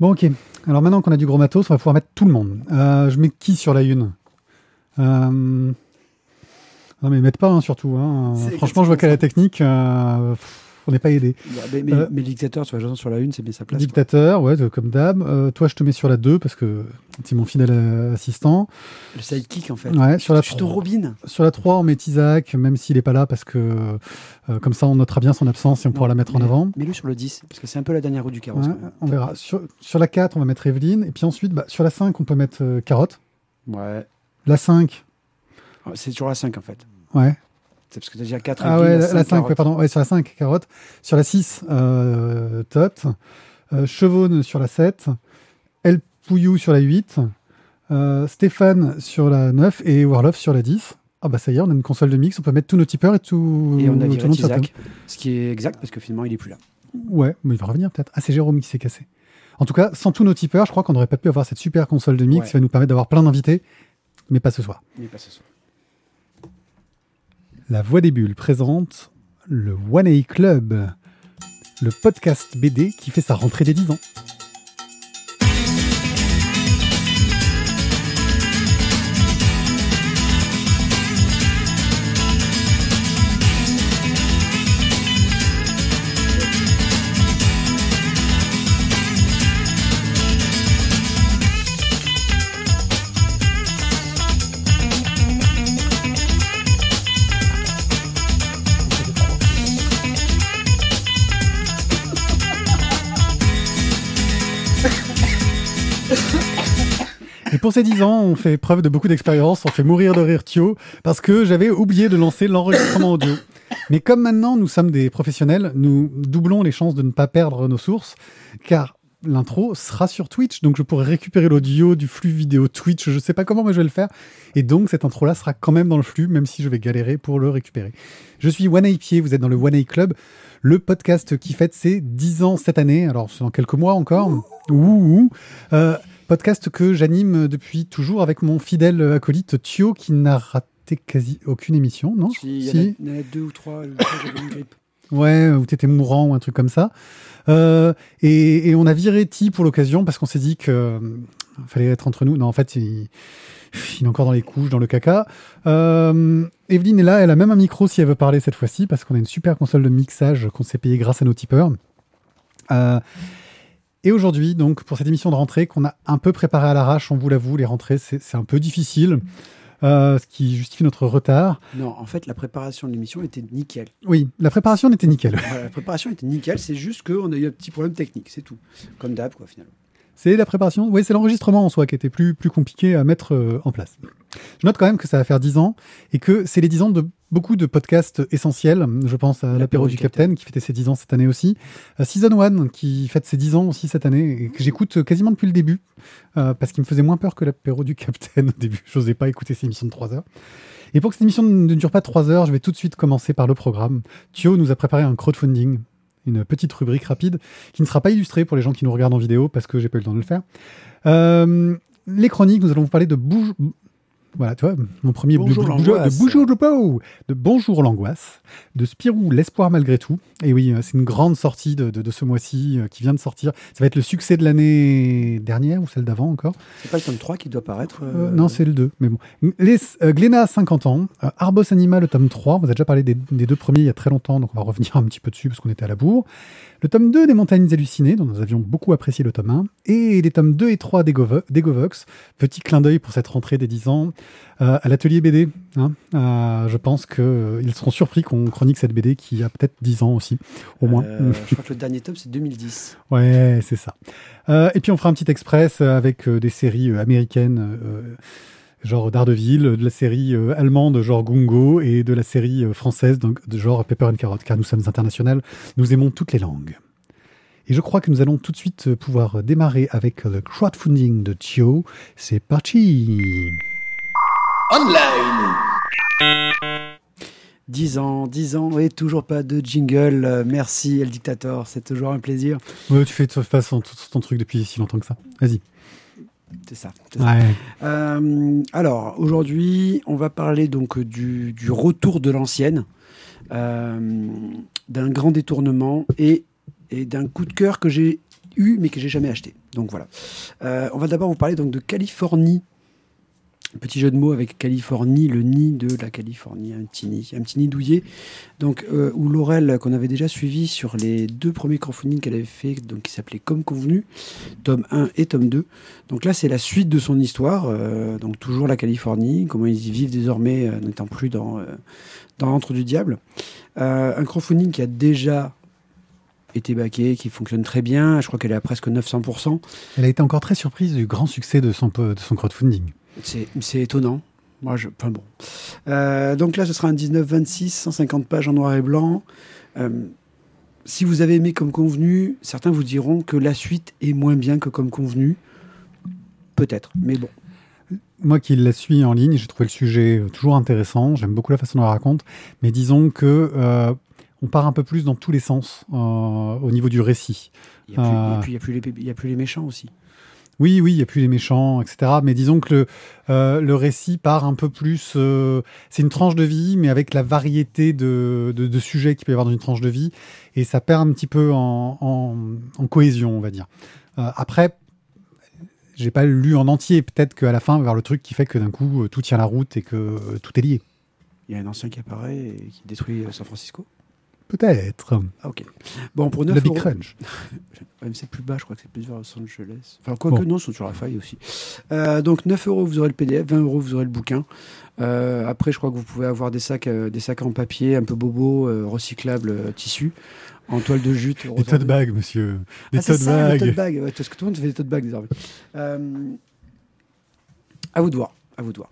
Bon, ok. Alors maintenant qu'on a du gros matos, on va pouvoir mettre tout le monde. Je mets qui sur la une Non, mais mettre pas, hein, surtout. Hein. Franchement, je vois qu'à la technique, on n'est pas aidé. Mais le dictateur, tu vois, sur la une, c'est bien sa place. Dictateur, ouais, comme d'hab. Toi, je te mets sur la 2 parce que c'est mon fidèle assistant. Le sidekick, en fait. Ouais, sur la 3. Robin. Sur la 3, on met Isaac, même s'il n'est pas là, parce que comme ça, on notera bien son absence et on pourra la mettre en avant. Mets-le sur le 10, parce que c'est un peu la dernière roue du carrosse. Ouais, on verra. Sur la 4, on va mettre Evelyne. Et puis ensuite, sur la 5, on peut mettre Carotte. Ouais. La 5. C'est sur la 5, en fait. Ouais. C'est parce que tu as déjà 4 Ah ouais, la 5, ouais, pardon. Ouais, sur la 5, Carotte. Sur la 6, Tot. Chevaune sur la 7. El Pouillou sur la 8. Stéphane sur la 9 et Warloff sur la 10. Ah bah ça y est, on a une console de mix, on peut mettre tous nos tipeurs et tout. Et on a viré Isaac, ce qui est exact parce que finalement il est plus là. Ouais, mais il va revenir peut-être. Ah, c'est Jérôme qui s'est cassé. En tout cas, sans tous nos tipeurs, je crois qu'on n'aurait pas pu avoir cette super console de mix qui va nous permettre d'avoir plein d'invités, mais pas ce soir. La Voix des Bulles présente le One A Club, le podcast BD qui fait sa rentrée des 10 ans. Et pour ces 10 ans, on fait preuve de beaucoup d'expérience, on fait mourir de rire Thio, parce que j'avais oublié de lancer l'enregistrement audio. Mais comme maintenant nous sommes des professionnels, nous doublons les chances de ne pas perdre nos sources, car l'intro sera sur Twitch, donc je pourrai récupérer l'audio du flux vidéo Twitch, je sais pas comment, mais je vais le faire. Et donc cette intro-là sera quand même dans le flux, même si je vais galérer pour le récupérer. Je suis One A Pied, vous êtes dans le One A Club, le podcast qui fête ses 10 ans cette année, alors c'est dans quelques mois encore. Podcast que j'anime depuis toujours avec mon fidèle acolyte Thio, qui n'a raté quasi aucune émission, non ? Il y en a 2 ou 3, j'avais une grippe. Ouais, où t'étais mourant ou un truc comme ça. Et on a viré Ti pour l'occasion parce qu'on s'est dit que fallait être entre nous. Non, en fait, il est encore dans les couches, dans le caca. Evelyne est là, elle a même un micro si elle veut parler cette fois-ci parce qu'on a une super console de mixage qu'on s'est payé grâce à nos tipeurs. Et aujourd'hui, donc, pour cette émission de rentrée qu'on a un peu préparée à l'arrache, on vous l'avoue, les rentrées, c'est un peu difficile, ce qui justifie notre retard. Non, en fait, la préparation de l'émission était nickel. Oui, la préparation était nickel. Voilà, la préparation était nickel, c'est juste qu'on a eu un petit problème technique, c'est tout. Comme d'hab, quoi, finalement. C'est la préparation, oui, c'est l'enregistrement en soi qui était plus compliqué à mettre en place. Je note quand même que ça va faire 10 ans et que c'est les 10 ans de beaucoup de podcasts essentiels. Je pense à l'apéro du Capitaine qui fêtait ses 10 ans cette année aussi. Season 1 qui fête ses 10 ans aussi cette année et que j'écoute quasiment depuis le début parce qu'il me faisait moins peur que l'apéro du Capitaine au début. Je n'osais pas écouter ces émissions de 3 heures. Et pour que cette émission ne dure pas 3 heures, je vais tout de suite commencer par le programme. Thio nous a préparé un crowdfunding, une petite rubrique rapide qui ne sera pas illustrée pour les gens qui nous regardent en vidéo parce que j'ai pas eu le temps de le faire. Les chroniques, nous allons vous parler de voilà, tu vois, mon premier Bonjour de Bonjour l'angoisse, de Spirou l'espoir malgré tout. Et oui, c'est une grande sortie de ce mois-ci qui vient de sortir. Ça va être le succès de l'année dernière ou celle d'avant encore. C'est pas le tome 3 qui doit paraître Non, c'est le 2. Mais bon. Glénat, 50 ans. Arbos Anima, le tome 3. On vous a déjà parlé des 2 premiers il y a très longtemps, donc on va revenir un petit peu dessus parce qu'on était à la bourre. Le tome 2 des Montagnes hallucinées, dont nous avions beaucoup apprécié le tome 1. Et les tomes 2 et 3 d'Egovox. Petit clin d'œil pour cette rentrée des 10 ans. À l'atelier BD. Hein. Je pense qu'ils seront surpris qu'on chronique cette BD qui a peut-être 10 ans aussi, au moins. Je crois que le dernier tome, c'est 2010. Ouais, c'est ça. Et puis on fera un petit express avec des séries américaines, genre Daredevil, de la série allemande, genre Gungo, et de la série française, donc, de genre Pepper and Carrot, car nous sommes internationaux, nous aimons toutes les langues. Et je crois que nous allons tout de suite pouvoir démarrer avec le crowdfunding de Thio. C'est parti! Online. 10 ans et toujours pas de jingle. Merci El Dictator, c'est toujours un plaisir. Ouais, tu fais de toute façon ton truc depuis si longtemps que ça. Vas-y. C'est ça. Ouais. Alors, aujourd'hui, on va parler donc du retour de l'ancienne, d'un grand détournement et d'un coup de cœur que j'ai eu, mais que j'ai jamais acheté. Donc voilà. On va d'abord vous parler donc de Californie. Petit jeu de mots avec Californie, le nid de la Californie, un petit nid douillet. Donc, où Laurel, qu'on avait déjà suivi sur les 2 premiers crowdfunding qu'elle avait fait, donc qui s'appelait Comme Convenu, tome 1 et tome 2. Donc là, c'est la suite de son histoire, donc toujours la Californie, comment ils y vivent désormais, n'étant plus dans l'antre du diable. Un crowdfunding qui a déjà été backé, qui fonctionne très bien. Je crois qu'elle est à presque 900%. Elle a été encore très surprise du grand succès de son crowdfunding. C'est étonnant. Moi, enfin bon. Donc là, ce sera un 19-26, 150 pages en noir et blanc. Si vous avez aimé Comme Convenu, certains vous diront que la suite est moins bien que Comme Convenu. Peut-être, mais bon. Moi qui la suis en ligne, j'ai trouvé le sujet toujours intéressant. J'aime beaucoup la façon dont elle raconte. Mais disons que on part un peu plus dans tous les sens au niveau du récit. Et puis, il n'y a plus les méchants aussi. Oui, il n'y a plus les méchants, etc. Mais disons que le récit part un peu plus... c'est une tranche de vie, mais avec la variété de sujets qu'il peut y avoir dans une tranche de vie. Et ça perd un petit peu en cohésion, on va dire. Après, j'ai pas lu en entier. Peut-être qu'à la fin, on va voir le truc qui fait que d'un coup, tout tient la route et que tout est lié. Il y a un ancien qui apparaît et qui détruit San Francisco. Peut-être. Ah, ok. Bon, pour 9 Le Big euros... Crunch. Même c'est plus bas, je crois que c'est plus vers Los Angeles. Enfin, quoique non, ils sont sur la faille aussi. Donc 9 euros, vous aurez le PDF, 20 euros, vous aurez le bouquin. Après, je crois que vous pouvez avoir des sacs en papier, un peu bobo, recyclables, tissu, en toile de jute. Des tote bags, monsieur. Des tote bags. Tote bags, ouais, parce que tout le monde fait des tote bags désormais. À vous de voir.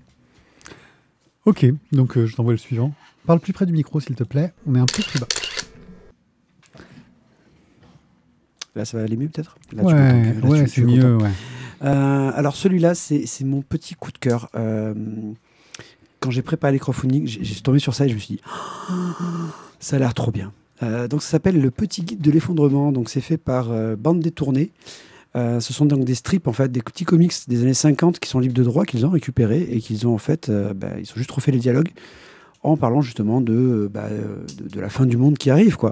Ok, donc je t'envoie le suivant. Parle plus près du micro, s'il te plaît. On est un peu plus bas. Là, ça va aller mieux, peut-être. Là, ouais, c'est mieux. Ouais. Alors, celui-là, c'est mon petit coup de cœur. Quand j'ai préparé les crowdfunding, j'ai tombé sur ça et je me suis dit, ça a l'air trop bien. Donc, ça s'appelle Le Petit Guide de l'effondrement. Donc, c'est fait par Bande Détournée. Ce sont donc des strips, en fait, des petits comics des années 50 qui sont libres de droit, qu'ils ont récupérés et qu'ils ont, en fait, ils ont juste refait les dialogues en parlant justement de la fin du monde qui arrive, quoi.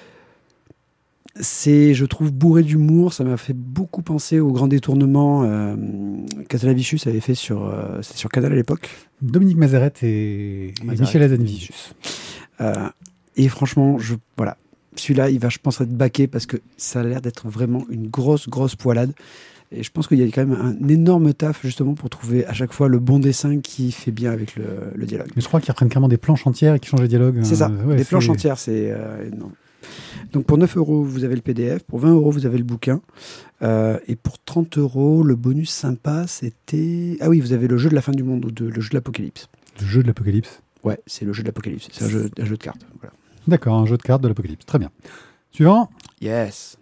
C'est, je trouve, bourré d'humour. Ça m'a fait beaucoup penser au Grand Détournement qu'Azanavicius avait fait sur Canal à l'époque. Dominique Mazeret et Michel Hazanavicius. Et franchement, voilà. Celui-là, il va, je pense, être baqué parce que ça a l'air d'être vraiment une grosse poilade. Et je pense qu'il y a quand même un énorme taf justement pour trouver à chaque fois le bon dessin qui fait bien avec le dialogue. Mais je crois qu'ils reprennent carrément des planches entières et qu'ils changent les dialogues. C'est ça, des planches entières, c'est énorme. Donc pour 9 euros, vous avez le PDF. Pour 20 euros, vous avez le bouquin. Et pour 30 euros, le bonus sympa, c'était... Ah oui, vous avez le jeu de la fin du monde ou le jeu de l'apocalypse. Le jeu de l'apocalypse. Ouais, c'est le jeu de l'apocalypse. C'est un jeu de cartes. Voilà. D'accord, un jeu de cartes de l'apocalypse. Très bien. Suivant. Yes.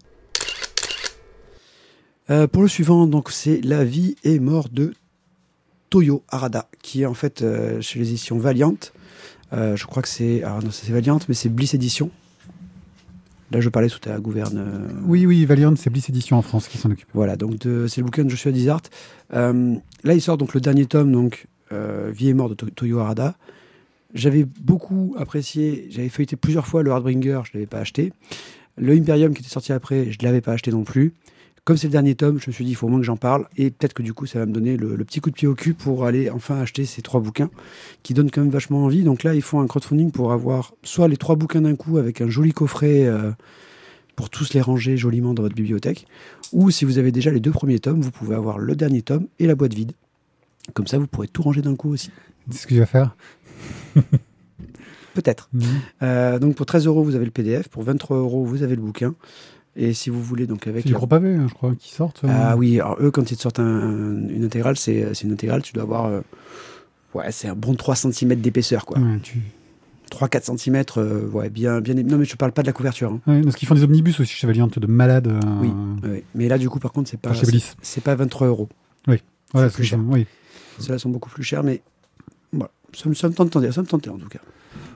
Pour le suivant, donc, c'est La vie et mort de Toyo Harada, qui est en fait chez les éditions Valiant. Je crois que c'est... Alors non, c'est Valiant, mais c'est Bliss Édition. Là, je parlais sous ta gouverne. Oui, Valiant, c'est Bliss Édition en France qui s'en occupe. Voilà, donc c'est le bouquin de Joshua Dysart. Là, il sort donc le dernier tome, donc Vie et mort de Toyo Harada. J'avais beaucoup apprécié, j'avais feuilleté plusieurs fois le Hardbringer, je ne l'avais pas acheté. Le Imperium qui était sorti après, je ne l'avais pas acheté non plus. Comme c'est le dernier tome, je me suis dit, il faut au moins que j'en parle. Et peut-être que du coup, ça va me donner le petit coup de pied au cul pour aller enfin acheter ces 3 bouquins qui donnent quand même vachement envie. Donc là, ils font un crowdfunding pour avoir soit les 3 bouquins d'un coup avec un joli coffret pour tous les ranger joliment dans votre bibliothèque. Ou si vous avez déjà les 2 premiers tomes, vous pouvez avoir le dernier tome et la boîte vide. Comme ça, vous pourrez tout ranger d'un coup aussi. C'est ce que je vais faire. Peut-être. Donc pour 13 euros, vous avez le PDF. Pour 23 euros, vous avez le bouquin. Et si vous voulez, donc avec. C'est le gros pavé, je crois, qui sortent. Ah oui, alors eux, quand ils te sortent une intégrale, c'est une intégrale, tu dois avoir. C'est un bon 3 cm d'épaisseur, quoi. Ouais, 3-4 cm, bien. Non, mais je ne parle pas de la couverture. Hein. Ouais, parce qu'ils font des omnibus aussi chez Valiant de malades. Oui. Mais là, du coup, par contre, c'est pas. C'est pas 23 euros. Oui, voilà, c'est plus cher. Oui. Ceux-là sont beaucoup plus chers, mais voilà. Ça me tentait en tout cas.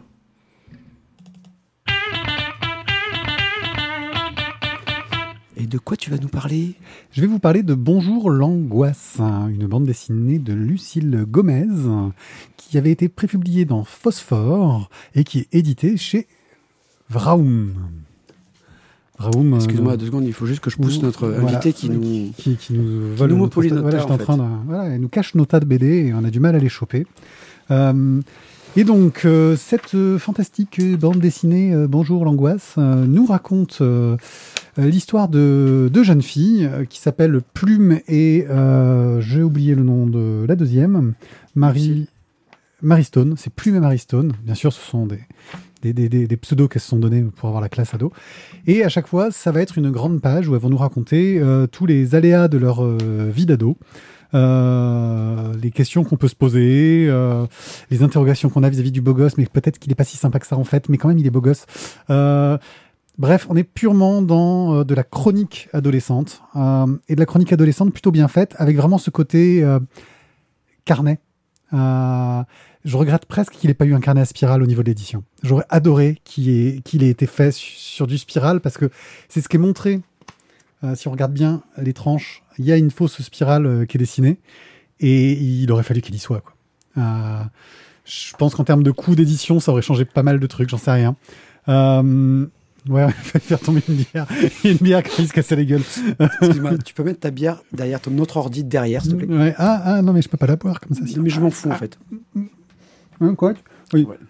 Et de quoi tu vas nous parler ? Je vais vous parler de Bonjour l'angoisse, une bande dessinée de Lucille Gomez qui avait été prépubliée dans Phosphore et qui est éditée chez Vraum. Raoum. Excuse-moi 2 secondes, il faut juste que je pousse notre invité qui nous vole monopolise notre voilà, terre, elle nous cache nos tas de BD et on a du mal à les choper. Et donc, cette fantastique bande dessinée Bonjour l'angoisse nous raconte l'histoire de 2 jeunes filles qui s'appellent Plume et j'ai oublié le nom de la deuxième, Marie Stone. C'est Plume et Marie Stone. Bien sûr, ce sont des pseudos qu'elles se sont donnés pour avoir la classe ado. Et à chaque fois, ça va être une grande page où elles vont nous raconter tous les aléas de leur vie d'ado. Les questions qu'on peut se poser, les interrogations qu'on a vis-à-vis du beau gosse, mais peut-être qu'il n'est pas si sympa que ça en fait, mais quand même il est beau gosse. Bref, on est purement dans de la chronique adolescente, et de la chronique adolescente plutôt bien faite, avec vraiment ce côté carnet. Je regrette presque qu'il n'ait pas eu un carnet à spirale au niveau de l'édition. J'aurais adoré qu'il ait été fait sur du spirale, parce que c'est ce qui est montré. Si on regarde bien les tranches, il y a une fausse spirale qui est dessinée et il aurait fallu qu'elle y soit, quoi. Je pense qu'en termes de coût d'édition, ça aurait changé pas mal de trucs, j'en sais rien. Ouais, il fallait faire tomber une bière. Il y a une bière qui se casser les gueules. Excuse-moi, tu peux mettre ta bière derrière ton autre ordi derrière, s'il te plaît? Ouais. Ah, non, mais je peux pas la boire comme ça. Non, mais je m'en fous, en fait. Quoi? Oui. Ouais.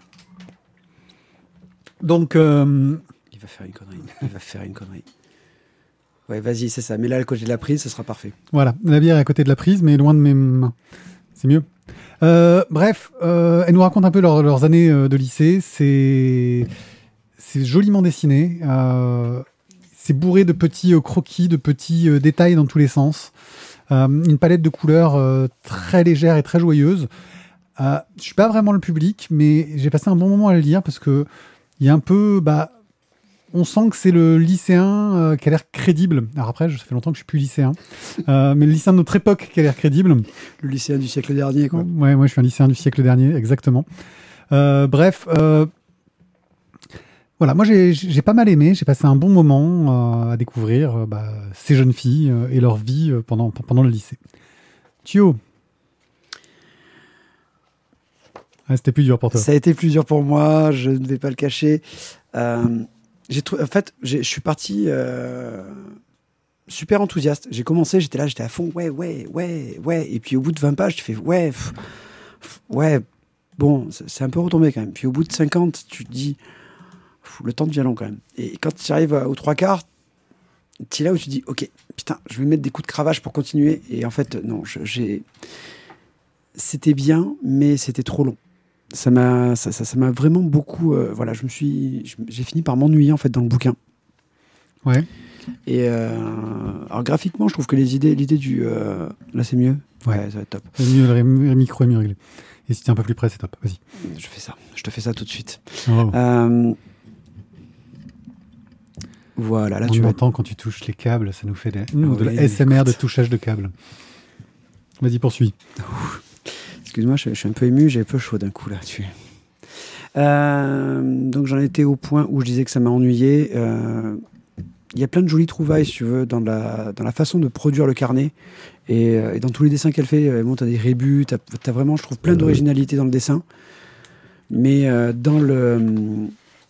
Donc... Il va faire une connerie. Ouais, vas-y, c'est ça. Mais là, à côté de la prise, ce sera parfait. Voilà, la bière est à côté de la prise, mais loin de mes mains. C'est mieux. Bref, elle nous raconte un peu leurs années de lycée. C'est joliment dessiné. C'est bourré de petits croquis, de petits détails dans tous les sens. Une palette de couleurs très légère et très joyeuse. Je suis pas vraiment le public, mais j'ai passé un bon moment à le lire parce que il y a un peu... on sent que c'est le lycéen qui a l'air crédible. Alors après, ça fait longtemps que je suis plus lycéen. Mais le lycéen de notre époque qui a l'air crédible. Le lycéen du siècle dernier, quoi. Ouais, moi je suis un lycéen du siècle dernier, exactement. Bref, voilà, moi j'ai pas mal aimé. J'ai passé un bon moment à découvrir ces jeunes filles et leur vie pendant le lycée. Thio. C'était plus dur pour toi. Ça a été plus dur pour moi, je ne vais pas le cacher. Je suis parti super enthousiaste. J'ai commencé, j'étais à fond, ouais. Et puis au bout de 20 pages, tu fais, ouais, bon, c'est un peu retombé quand même. Puis au bout de 50, tu te dis, le temps devient long quand même. Et quand tu arrives aux 3/4, tu es là où tu dis, ok, putain, je vais mettre des coups de cravache pour continuer. Et en fait, non, c'était bien, mais c'était trop long. Ça m'a vraiment beaucoup... voilà, j'ai fini par m'ennuyer en fait dans le bouquin. Ouais. Et alors graphiquement, je trouve que l'idée du... là, c'est mieux. Ouais, ça va être top. C'est mieux, le micro est mieux réglé. Et si tu es un peu plus près, c'est top. Vas-y. Je fais ça. Je te fais ça tout de suite. Oh. Voilà, là on entend quand tu touches les câbles, ça nous fait de la SMR de touchage de câbles. Vas-y, poursuis. Excuse-moi, je suis un peu ému, j'ai un peu chaud d'un coup là. Donc j'en étais au point où je disais que ça m'a ennuyé. Il y a plein de jolies trouvailles, si tu veux, dans la façon de produire le carnet. Et dans tous les dessins qu'elle fait, bon, tu as des rébus, tu as vraiment, je trouve, plein d'originalité dans le dessin. Mais dans le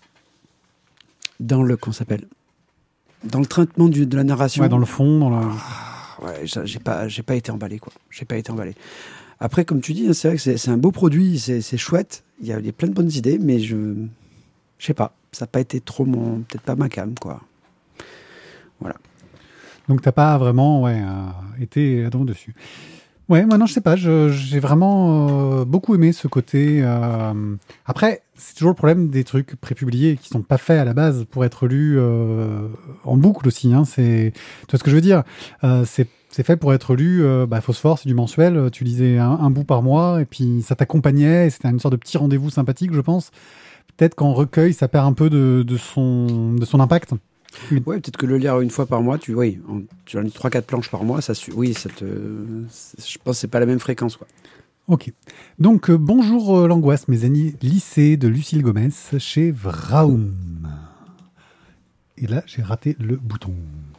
qu'on s'appelle dans le traitement de la narration. Ouais, dans le fond, ouais, j'ai pas été emballé, quoi. J'ai pas été emballé. Après, comme tu dis, c'est vrai que c'est un beau produit, c'est chouette. Il y a plein de bonnes idées, mais je sais pas. Ça n'a pas été trop peut-être pas ma came, quoi. Voilà. Donc t'as pas vraiment été adoré dessus. Ouais, moi non, je sais pas. J'ai vraiment beaucoup aimé ce côté. Après, c'est toujours le problème des trucs prépubliés qui sont pas faits à la base pour être lus en boucle aussi. Hein. Tu vois ce que je veux dire? C'est fait pour être lu. Phosphore, c'est du mensuel. Tu lisais un bout par mois et puis ça t'accompagnait. Et c'était une sorte de petit rendez-vous sympathique, je pense. Peut-être qu'en recueil, ça perd un peu de son impact. Ouais, peut-être que le lire une fois par mois, tu en lis 3-4 planches par mois, je pense que c'est pas la même fréquence, quoi. Ok. Donc, bonjour l'angoisse, mes amis lycée de Lucille Gomez chez Vraum. Et là, j'ai raté le bouton.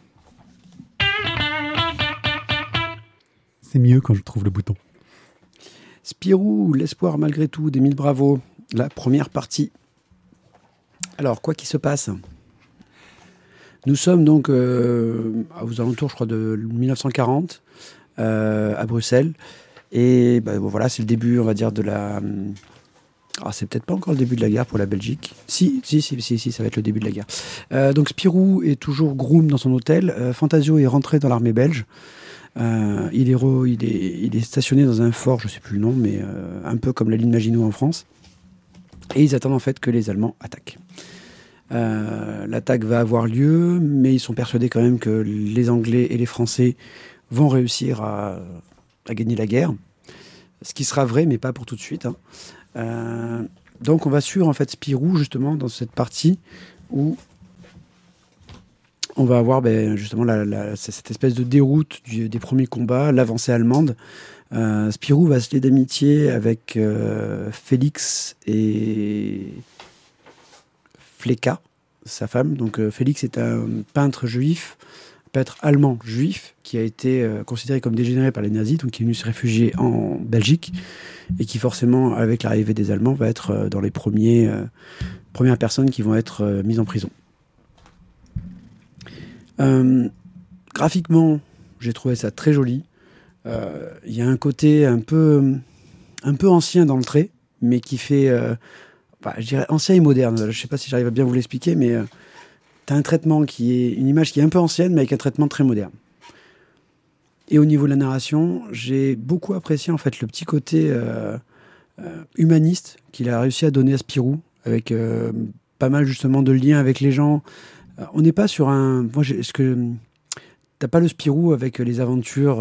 C'est mieux quand je trouve le bouton. Spirou, l'espoir malgré tout d'Émile Bravo, la première partie. Alors, quoi qu'il se passe, Nous sommes donc aux alentours, je crois, de 1940 à Bruxelles. Et voilà, c'est le début, on va dire, de la... c'est peut-être pas encore le début de la guerre pour la Belgique. Si, ça va être le début de la guerre. Donc Spirou est toujours groom dans son hôtel. Fantasio est rentré dans l'armée belge. Il est stationné dans un fort, je sais plus le nom, mais un peu comme la ligne Maginot en France. Et ils attendent en fait que les Allemands attaquent. L'attaque va avoir lieu, mais ils sont persuadés quand même que les Anglais et les Français vont réussir à gagner la guerre. Ce qui sera vrai, mais pas pour tout de suite. Donc on va suivre en fait Spirou justement dans cette partie où on va avoir justement cette espèce de déroute des premiers combats, l'avancée allemande. Spirou va se lier d'amitié avec Félix et Flecka, sa femme. Donc Félix est un peintre allemand juif, qui a été considéré comme dégénéré par les nazis, donc qui est venu se réfugier en Belgique, et qui forcément, avec l'arrivée des Allemands, va être dans les premières personnes qui vont être mises en prison. Graphiquement, j'ai trouvé ça très joli. Il y a un côté un peu ancien dans le trait, mais qui fait, je dirais ancien et moderne. Je ne sais pas si j'arrive à bien vous l'expliquer, mais tu as un traitement une image qui est un peu ancienne, mais avec un traitement très moderne. Et au niveau de la narration, j'ai beaucoup apprécié en fait le petit côté humaniste qu'il a réussi à donner à Spirou, avec pas mal justement de liens avec les gens. On n'est pas sur un... T'as pas le Spirou avec les aventures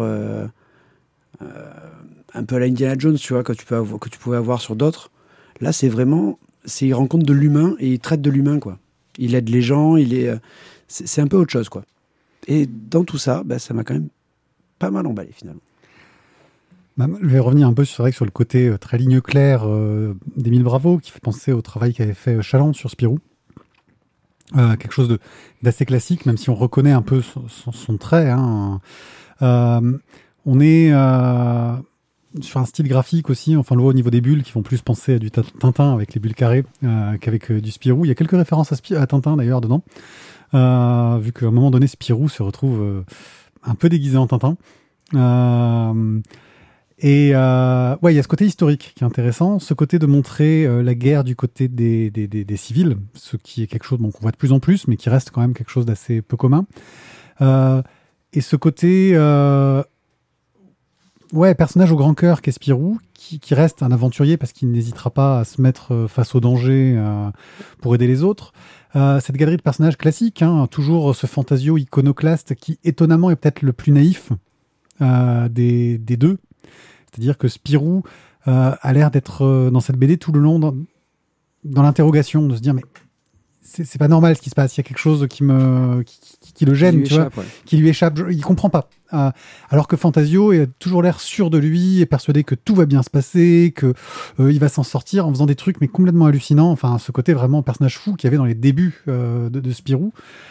un peu à la Indiana Jones, tu vois, que tu pouvais avoir sur d'autres. Là, il rencontre de l'humain et il traite de l'humain, quoi. Il aide les gens, c'est un peu autre chose, quoi. Et dans tout ça, ça m'a quand même pas mal emballé, finalement. Je vais revenir un peu sur le côté très ligne claire d'Émile Bravo, qui fait penser au travail qu'avait fait Chaland sur Spirou. Quelque chose d'assez classique, même si on reconnaît un peu son trait. On est sur un style graphique aussi, enfin, au niveau des bulles qui font plus penser à du Tintin avec les bulles carrées qu'avec du Spirou. Il y a quelques références à Tintin d'ailleurs dedans, vu qu'à un moment donné, Spirou se retrouve un peu déguisé en Tintin. Il y a ce côté historique qui est intéressant, ce côté de montrer la guerre du côté des civils, ce qui est quelque chose qu'on voit de plus en plus, mais qui reste quand même quelque chose d'assez peu commun. Et ce côté personnage au grand cœur qu'est Spirou, qui reste un aventurier parce qu'il n'hésitera pas à se mettre face au danger pour aider les autres. Cette galerie de personnages classiques, toujours ce Fantasio iconoclaste qui étonnamment est peut-être le plus naïf des deux. C'est-à-dire que Spirou a l'air d'être dans cette BD tout le long dans l'interrogation, de se dire mais c'est pas normal ce qui se passe, il y a quelque chose qui le gêne, qui lui échappe, il comprend pas. Alors que Fantasio a toujours l'air sûr de lui, est persuadé que tout va bien se passer, que il va s'en sortir en faisant des trucs mais complètement hallucinants. Enfin, ce côté vraiment personnage fou qu'il y avait dans les débuts de Spirou.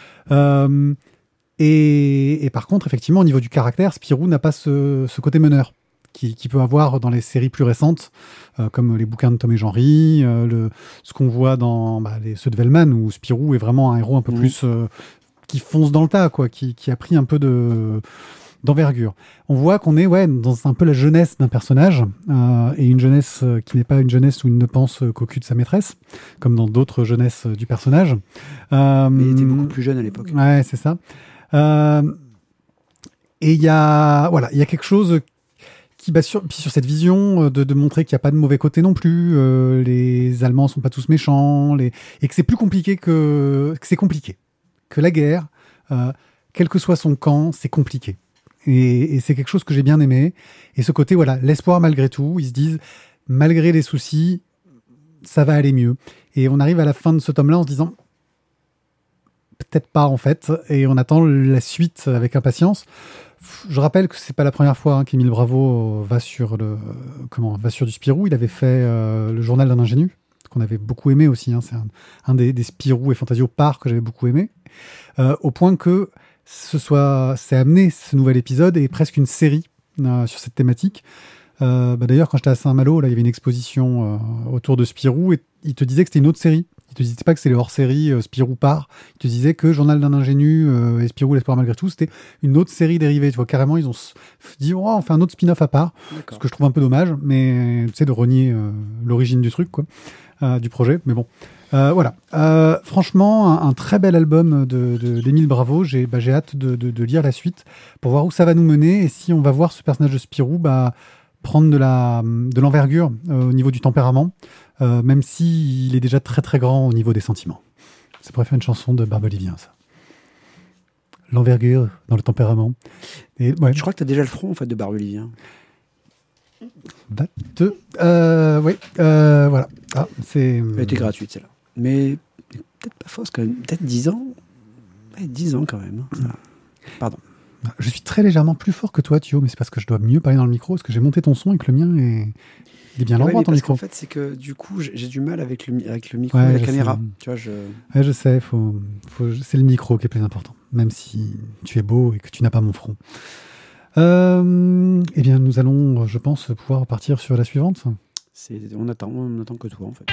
Et par contre, effectivement, au niveau du caractère, Spirou n'a pas ce côté meneur qui peut avoir dans les séries plus récentes, comme les bouquins de Tom et Jean-Ry, ce qu'on voit dans ceux de Vellman, où Spirou est vraiment un héros un peu plus qui fonce dans le tas, quoi, qui a pris un peu d'envergure. On voit qu'on est dans un peu la jeunesse d'un personnage, et une jeunesse qui n'est pas une jeunesse où il ne pense qu'au cul de sa maîtresse, comme dans d'autres jeunesses du personnage. Mais il était beaucoup plus jeune à l'époque. Ouais, c'est ça. Et il y a quelque chose sur cette vision de montrer qu'il n'y a pas de mauvais côté non plus, les Allemands sont pas tous méchants, et que c'est plus compliqué que c'est compliqué. Que la guerre, quel que soit son camp, c'est compliqué. Et c'est quelque chose que j'ai bien aimé. Et ce côté, l'espoir malgré tout, ils se disent, malgré les soucis, ça va aller mieux. Et on arrive à la fin de ce tome-là en se disant, peut-être pas en fait, et on attend la suite avec impatience. Je rappelle que c'est pas la première fois qu'Émile Bravo va sur du Spirou. Il avait fait le journal d'un ingénu, qu'on avait beaucoup aimé aussi. C'est un des Spirou et Fantasio par que j'avais beaucoup aimé, au point que c'est amené ce nouvel épisode et presque une série sur cette thématique. D'ailleurs, quand j'étais à Saint-Malo, là, il y avait une exposition autour de Spirou et il te disait que c'était une autre série. te disaient pas que c'est les hors-série Spirou part. Ils te disaient que Journal d'un ingénu et Spirou l'espoir malgré tout, c'était une autre série dérivée. Tu vois, carrément, ils ont dit on fait un autre spin-off à part. D'accord. Ce que je trouve un peu dommage, mais tu sais, de renier l'origine du truc, quoi, du projet. Mais bon. Voilà. Franchement, un très bel album d'Émile Bravo. J'ai hâte de lire la suite pour voir où ça va nous mener et si on va voir ce personnage de Spirou prendre de l'envergure au niveau du tempérament, même s'il est déjà très très grand au niveau des sentiments. Ça pourrait faire une chanson de Barbelivien, ça. L'envergure dans le tempérament. Et, ouais. Je crois que tu as déjà le front en fait de Barbelivien. Oui, voilà. Ah, Elle était gratuite celle-là. Mais peut-être pas fausse quand même. Peut-être 10 ans. Ouais, 10 ans quand même. Ça. Pardon. Je suis très légèrement plus fort que toi, Thio, mais c'est parce que je dois mieux parler dans le micro, parce que j'ai monté ton son et que le mien il est bien l'endroit, ton micro. En fait, c'est que du coup, j'ai du mal avec le micro ouais, et la caméra. Tu vois, Ouais, je sais, c'est le micro qui est plus important, même si tu es beau et que tu n'as pas mon front. Eh bien, nous allons, je pense, pouvoir partir sur la suivante. On attend que toi, en fait.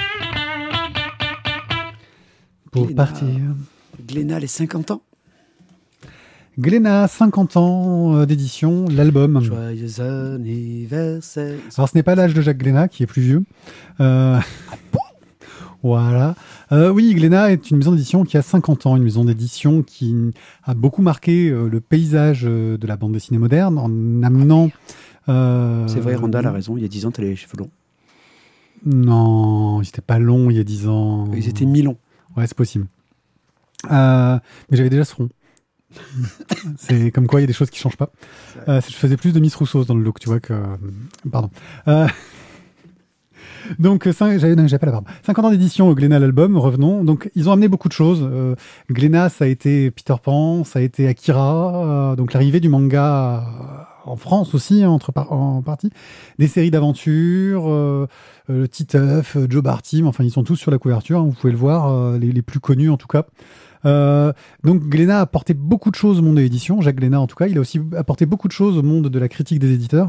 Pour partir. Glénat, les 50 ans. Glénat, 50 ans d'édition, l'album. Joyeux anniversaire. Alors, ce n'est pas l'âge de Jacques Glénat, qui est plus vieux. Voilà. Oui, Glénat est une maison d'édition qui a 50 ans, une maison d'édition qui a beaucoup marqué le paysage de la bande dessinée moderne en amenant... C'est vrai, Randall a raison, il y a 10 ans, tu avais les cheveux longs. Non, ils n'étaient pas longs il y a 10 ans. Ils étaient mi-longs. Ouais, c'est possible. Mais j'avais déjà ce front. C'est comme quoi il y a des choses qui changent pas. Je faisais plus de Miss Rousseau dans le look, tu vois, que... Pardon. Donc, j'avais pas la barbe. 50 ans d'édition au Glénat, l'album, revenons. Donc, ils ont amené beaucoup de choses. Glénat, ça a été Peter Pan, ça a été Akira, donc l'arrivée du manga en France aussi, en partie. Des séries d'aventures, Titeuf, Joe Bartim, enfin, ils sont tous sur la couverture, hein, vous pouvez le voir, les plus connus en tout cas. Donc Glénat a apporté beaucoup de choses au monde de l'édition, Jacques Glénat en tout cas, il a aussi apporté beaucoup de choses au monde de la critique des éditeurs.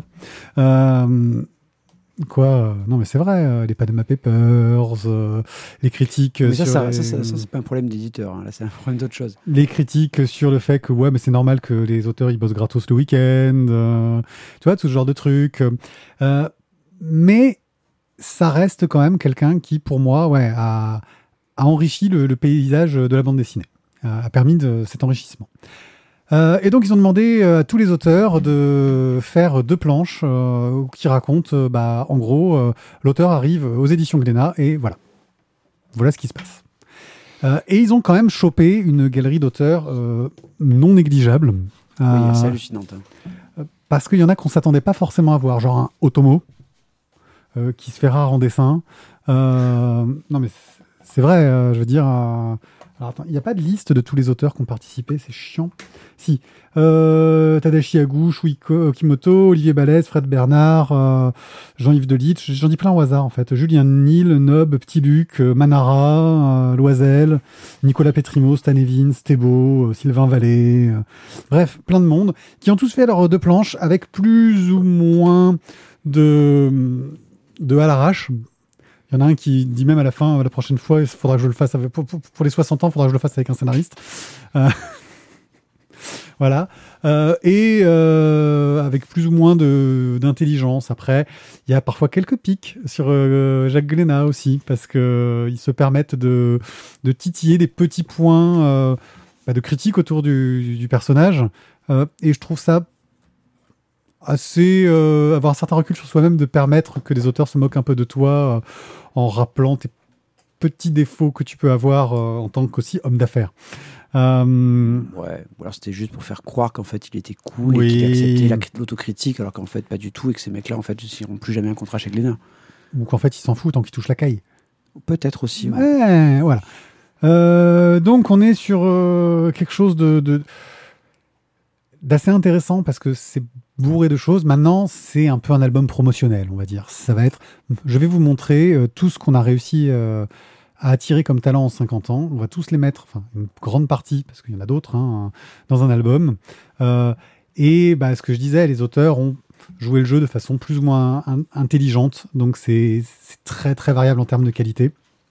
Non mais c'est vrai, les Panama Papers, les critiques mais sur... ça c'est pas un problème d'éditeur, hein. Là c'est un problème d'autre chose. Les critiques sur le fait que ouais mais c'est normal que les auteurs ils bossent gratos le week-end, tu vois, tout ce genre de trucs. Mais ça reste quand même quelqu'un qui pour moi a enrichi le paysage de la bande dessinée, a permis cet enrichissement. Et donc, ils ont demandé à tous les auteurs de faire 2 planches qui racontent, en gros, l'auteur arrive aux éditions Glénat et voilà. Voilà ce qui se passe. Et ils ont quand même chopé une galerie d'auteurs non négligeable. Oui, c'est hallucinante. Hein. Parce qu'il y en a qu'on ne s'attendait pas forcément à voir, genre un Otomo, qui se fait rare en dessin. Non, mais c'est vrai, je veux dire... Alors attends, il n'y a pas de liste de tous les auteurs qui ont participé, c'est chiant. Si, Tadashi Hagu, Shuiko Kimoto, Olivier Balès, Fred Bernard, Jean-Yves Delitz, j'en dis plein au hasard en fait. Julien Nil, Nob, Petit Luc, Manara, Loisel, Nicolas Petrimo, Stan Evans, Thébault, Sylvain Vallée, bref, plein de monde, qui ont tous fait leurs 2 planches avec plus ou moins de à l'arrache. Il y en a un qui dit même à la fin, la prochaine fois, il faudra que je le fasse pour les 60 ans, il faudra que je le fasse avec un scénariste. Voilà. Avec plus ou moins d'intelligence. Après, il y a parfois quelques pics sur Jacques Glénat aussi, parce qu'ils se permettent de titiller des petits points de critique autour du personnage. Et je trouve ça assez avoir un certain recul sur soi-même, de permettre que des auteurs se moquent un peu de toi en rappelant tes petits défauts que tu peux avoir en tant qu'aussi homme d'affaires. Ouais, ou alors c'était juste pour faire croire qu'en fait il était cool et qu'il acceptait l'autocritique, alors qu'en fait pas du tout, et que ces mecs-là en fait ne signeront plus jamais un contrat chez Glénat. Ou qu'en fait ils s'en foutent tant qu'ils touchent la caille. Peut-être aussi. Ouais, voilà. Donc on est sur quelque chose d'assez intéressant parce que c'est bourré de choses. Maintenant, c'est un peu un album promotionnel, on va dire. Ça va être... Je vais vous montrer tout ce qu'on a réussi à attirer comme talent en 50 ans. On va tous les mettre, enfin, une grande partie, parce qu'il y en a d'autres, dans un album. Et ce que je disais, les auteurs ont joué le jeu de façon plus ou moins intelligente. Donc, c'est très, très variable en termes de qualité.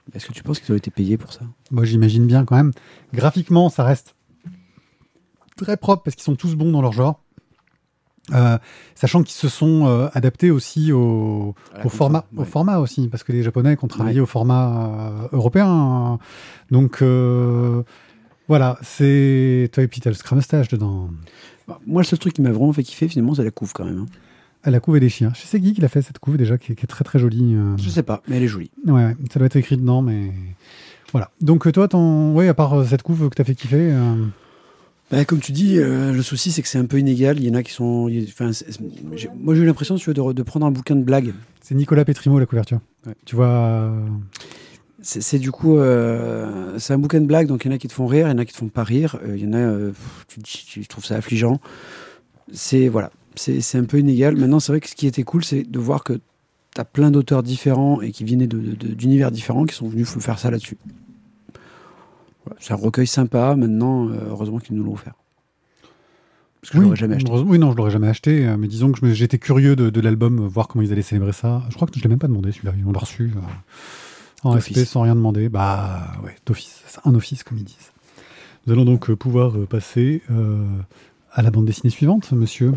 Est-ce que tu penses qu'ils ont été payés pour ça? Moi, j'imagine bien quand même. Graphiquement, ça reste très propre parce qu'ils sont tous bons dans leur genre. Sachant qu'ils se sont adaptés aussi au format aussi, parce que les Japonais qui ont travaillé au format européen. Donc voilà, c'est toi et puis t'as le Scrum Stage dedans. Moi, le seul truc qui m'a vraiment fait kiffer, finalement, c'est la couve quand même. Hein. La couve et des chiens. Je sais qui a fait cette couve déjà, qui est très très jolie. Je sais pas, mais elle est jolie. Ouais, ça doit être écrit dedans, mais voilà. Donc toi, à part cette couve que t'as fait kiffer. Comme tu dis, le souci c'est que c'est un peu inégal. Il y en a qui sont. Moi j'ai eu l'impression de prendre un bouquin de blagues. C'est Nicolas Pétrimo la couverture. Ouais. Tu vois. C'est du coup. C'est un bouquin de blagues, donc il y en a qui te font rire, il y en a qui te font pas rire. Il y en a. Tu trouves ça affligeant. C'est un peu inégal. Maintenant, c'est vrai que ce qui était cool, c'est de voir que tu as plein d'auteurs différents et qui venaient d'univers différents qui sont venus faire ça là-dessus. Voilà, c'est un recueil sympa. Maintenant, heureusement qu'ils nous l'ont offert. Parce que je l'aurais jamais acheté. Oui, non, je l'aurais jamais acheté. Mais disons que j'étais curieux de l'album, voir comment ils allaient célébrer ça. Je crois que je l'ai même pas demandé celui-là. On l'a reçu en SP sans rien demander. Bah ouais, d'office. C'est un office, comme ils disent. Nous allons donc pouvoir passer à la bande dessinée suivante, monsieur.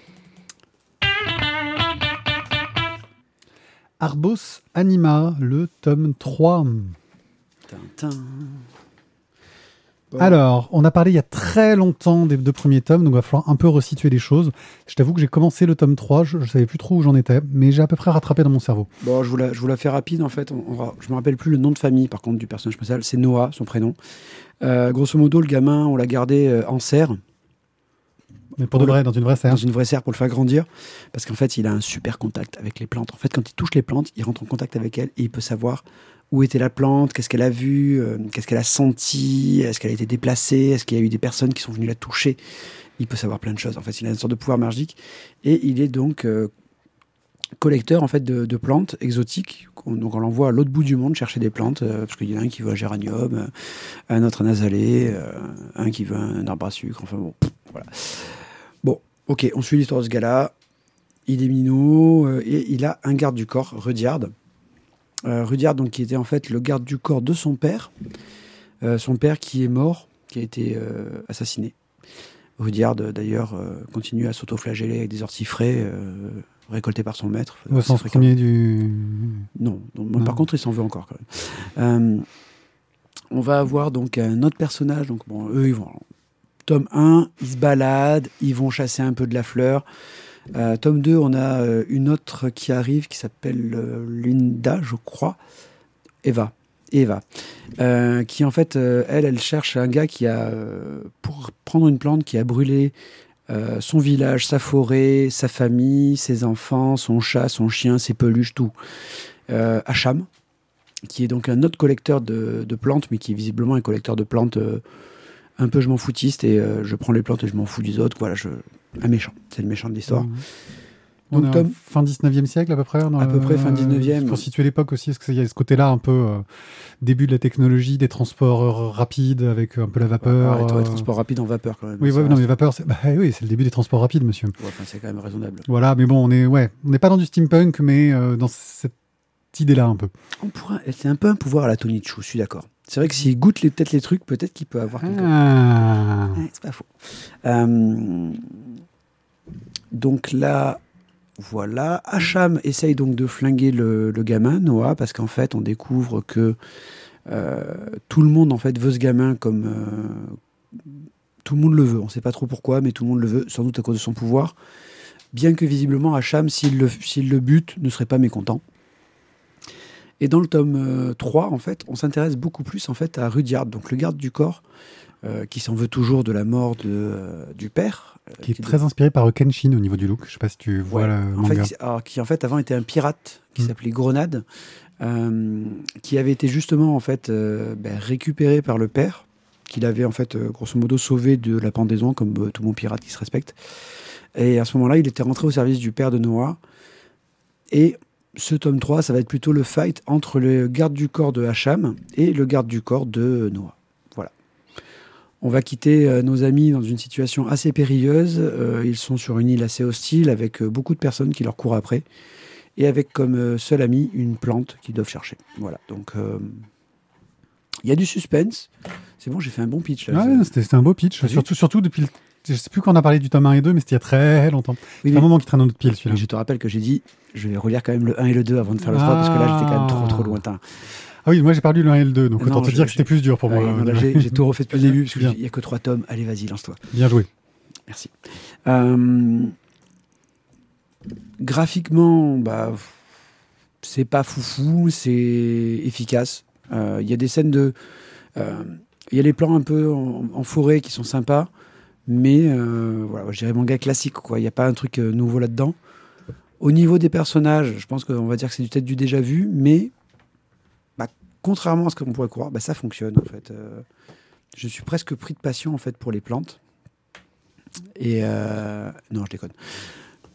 Arbos Anima, le tome 3. Tintin. Bon. Alors, on a parlé il y a très longtemps des deux premiers tomes, donc il va falloir un peu resituer les choses. Je t'avoue que j'ai commencé le tome 3, je ne savais plus trop où j'en étais, mais j'ai à peu près rattrapé dans mon cerveau. Bon, je vous la fais rapide, en fait. Je me rappelle plus le nom de famille, par contre, du personnage principal. C'est Noah, son prénom. Grosso modo, le gamin, on l'a gardé en serre. Mais pour de vrai, dans une vraie serre. Dans une vraie serre pour le faire grandir. Parce qu'en fait, il a un super contact avec les plantes. En fait, quand il touche les plantes, il rentre en contact avec elles et il peut savoir où était la plante, qu'est-ce qu'elle a vu, qu'est-ce qu'elle a senti, est-ce qu'elle a été déplacée, est-ce qu'il y a eu des personnes qui sont venues la toucher. Il peut savoir plein de choses. En fait, il a une sorte de pouvoir magique. Et il est donc collecteur en fait, de plantes exotiques. Donc on l'envoie à l'autre bout du monde chercher des plantes, parce qu'il y en a un qui veut un géranium, un autre un azalée, un qui veut un arbre à sucre. Enfin bon, voilà. Bon, ok, on suit l'histoire de ce gars-là. Il est minot et il a un garde du corps, Rudyard. Rudyard, donc, qui était en fait le garde du corps de son père. Son père qui est mort, qui a été assassiné. Rudyard, d'ailleurs, continue à s'autoflageller avec des orties frais récoltés par son maître. Au sens premier du... Non. Par contre, il s'en veut encore quand même. On va avoir donc un autre personnage. Donc, bon, eux, ils vont... Tome 1, ils se baladent, ils vont chasser un peu de la fleur. Tome 2, on a une autre qui arrive qui s'appelle Linda, je crois. Eva, qui en fait, elle cherche un gars qui a, pour prendre une plante qui a brûlé son village, sa forêt, sa famille, ses enfants, son chat, son chien, ses peluches, tout. Hacham, qui est donc un autre collecteur de plantes, mais qui est visiblement un collecteur de plantes un peu je m'en foutiste, et je prends les plantes et je m'en fous des autres. Voilà, un méchant. C'est le méchant de l'histoire. Mmh. Donc, on est fin 19e siècle à peu près. À peu près fin 19e. Pour situer l'époque aussi, parce qu'il y a ce côté-là un peu début de la technologie, des transports rapides avec un peu la vapeur. Les transports rapides en vapeur quand même. Oui, non, mais vapeur, c'est le début des transports rapides, monsieur. Ouais, c'est quand même raisonnable. Voilà, mais bon, on n'est pas dans du steampunk, mais dans cette idée-là un peu. C'est un peu un pouvoir à la Tony Chu, je suis d'accord. C'est vrai que s'il goûte peut-être les trucs, peut-être qu'il peut avoir quelque chose. C'est pas faux. Donc là, voilà. Hacham essaye donc de flinguer le gamin, Noah, parce qu'en fait, on découvre que tout le monde en fait veut ce gamin comme... tout le monde le veut. On ne sait pas trop pourquoi, mais tout le monde le veut, sans doute à cause de son pouvoir. Bien que visiblement, Hacham, s'il le bute, ne serait pas mécontent. Et dans le tome 3, en fait, on s'intéresse beaucoup plus en fait, à Rudyard, donc le garde du corps, qui s'en veut toujours de la mort du père. Qui est très inspiré par Kenshin au niveau du look. Je ne sais pas si tu vois le manga. Qui en fait avant était un pirate qui s'appelait Grenade, qui avait été justement en fait, récupéré par le père, qu'il avait en fait grosso modo sauvé de la pendaison, comme tout bon pirate qui se respecte. Et à ce moment-là, il était rentré au service du père de Noah. Et ce tome 3, ça va être plutôt le fight entre le garde du corps de Hacham et le garde du corps de Noah. Voilà. On va quitter nos amis dans une situation assez périlleuse. Ils sont sur une île assez hostile avec beaucoup de personnes qui leur courent après et avec comme seul ami une plante qu'ils doivent chercher. Voilà. Donc Il y a du suspense. C'est bon, j'ai fait un bon pitch. Là. Ouais, c'était un beau pitch. Surtout depuis le... Je sais plus quand on a parlé du tome 1 et 2, mais c'était il y a très longtemps. Oui, c'est un moment qui traîne dans notre pile, celui-là. Je te rappelle que j'ai dit, je vais relire quand même le 1 et le 2 avant de faire le 3, parce que là, j'étais quand même trop lointain. Ah oui, moi j'ai perdu le 1 et le 2, donc autant te dire que c'était plus dur pour moi. Non, là, j'ai tout refait depuis le début, parce qu'il n'y a que 3 tomes. Allez, vas-y, lance-toi. Bien joué. Merci. Graphiquement, c'est pas foufou, c'est efficace. Il y a des scènes de... Il y a les plans un peu en forêt qui sont sympas, mais voilà, je dirais manga classique, quoi. Il n'y a pas un truc nouveau là-dedans. Au niveau des personnages, je pense qu'on va dire que c'est peut-être du déjà vu, mais contrairement à ce qu'on pourrait croire, ça fonctionne en fait. Je suis presque pris de passion en fait pour les plantes. Et non, je déconne. Quoi ?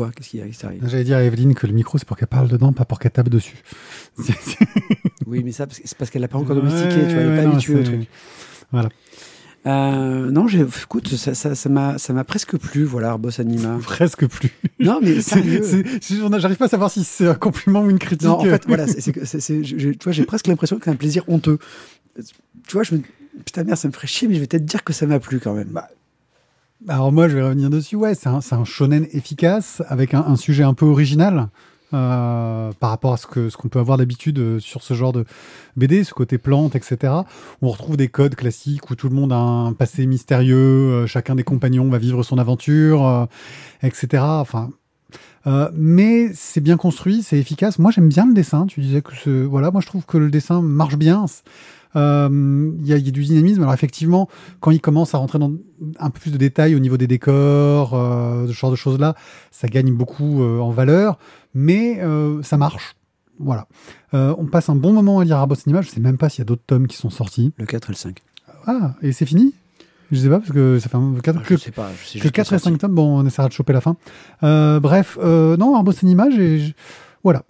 Qu'est-ce qu'il y a ? J'allais dire à Evelyne que le micro c'est pour qu'elle parle dedans, pas pour qu'elle tape dessus. Oui, mais ça c'est parce qu'elle l'a pas encore domestiqué, tu vois, elle n'est pas habituée au truc. Voilà. Non, écoute, ça m'a presque plu, voilà, Arbos Anima. Presque plu. Non, mais sérieux. J'arrive pas à savoir si c'est un compliment ou une critique. Non, en fait, voilà, tu vois, j'ai presque l'impression que c'est un plaisir honteux. Tu vois, putain merde, ça me ferait chier, mais je vais peut-être dire que ça m'a plu quand même. Alors moi, je vais revenir dessus. Ouais, c'est un shonen efficace avec un sujet un peu original. Par rapport à ce qu'on peut avoir d'habitude sur ce genre de BD, ce côté plante, etc. Où on retrouve des codes classiques où tout le monde a un passé mystérieux, chacun des compagnons va vivre son aventure, etc. Enfin, mais c'est bien construit, c'est efficace. Moi, j'aime bien le dessin. Tu disais que voilà, moi je trouve que le dessin marche bien. Il y a du dynamisme. Alors effectivement, quand il commence à rentrer dans un peu plus de détails au niveau des décors, ce genre de choses-là, ça gagne beaucoup en valeur, mais ça marche. Voilà. On passe un bon moment à lire Arbos Anima. Je sais même pas s'il y a d'autres tomes qui sont sortis. Le 4 et le 5. Ah, et c'est fini ? Je sais pas, parce que ça fait je sais pas. Je sais que 4 et 5 tomes. Bon, on essaiera de choper la fin. Bref, non, Arbos Anima, voilà.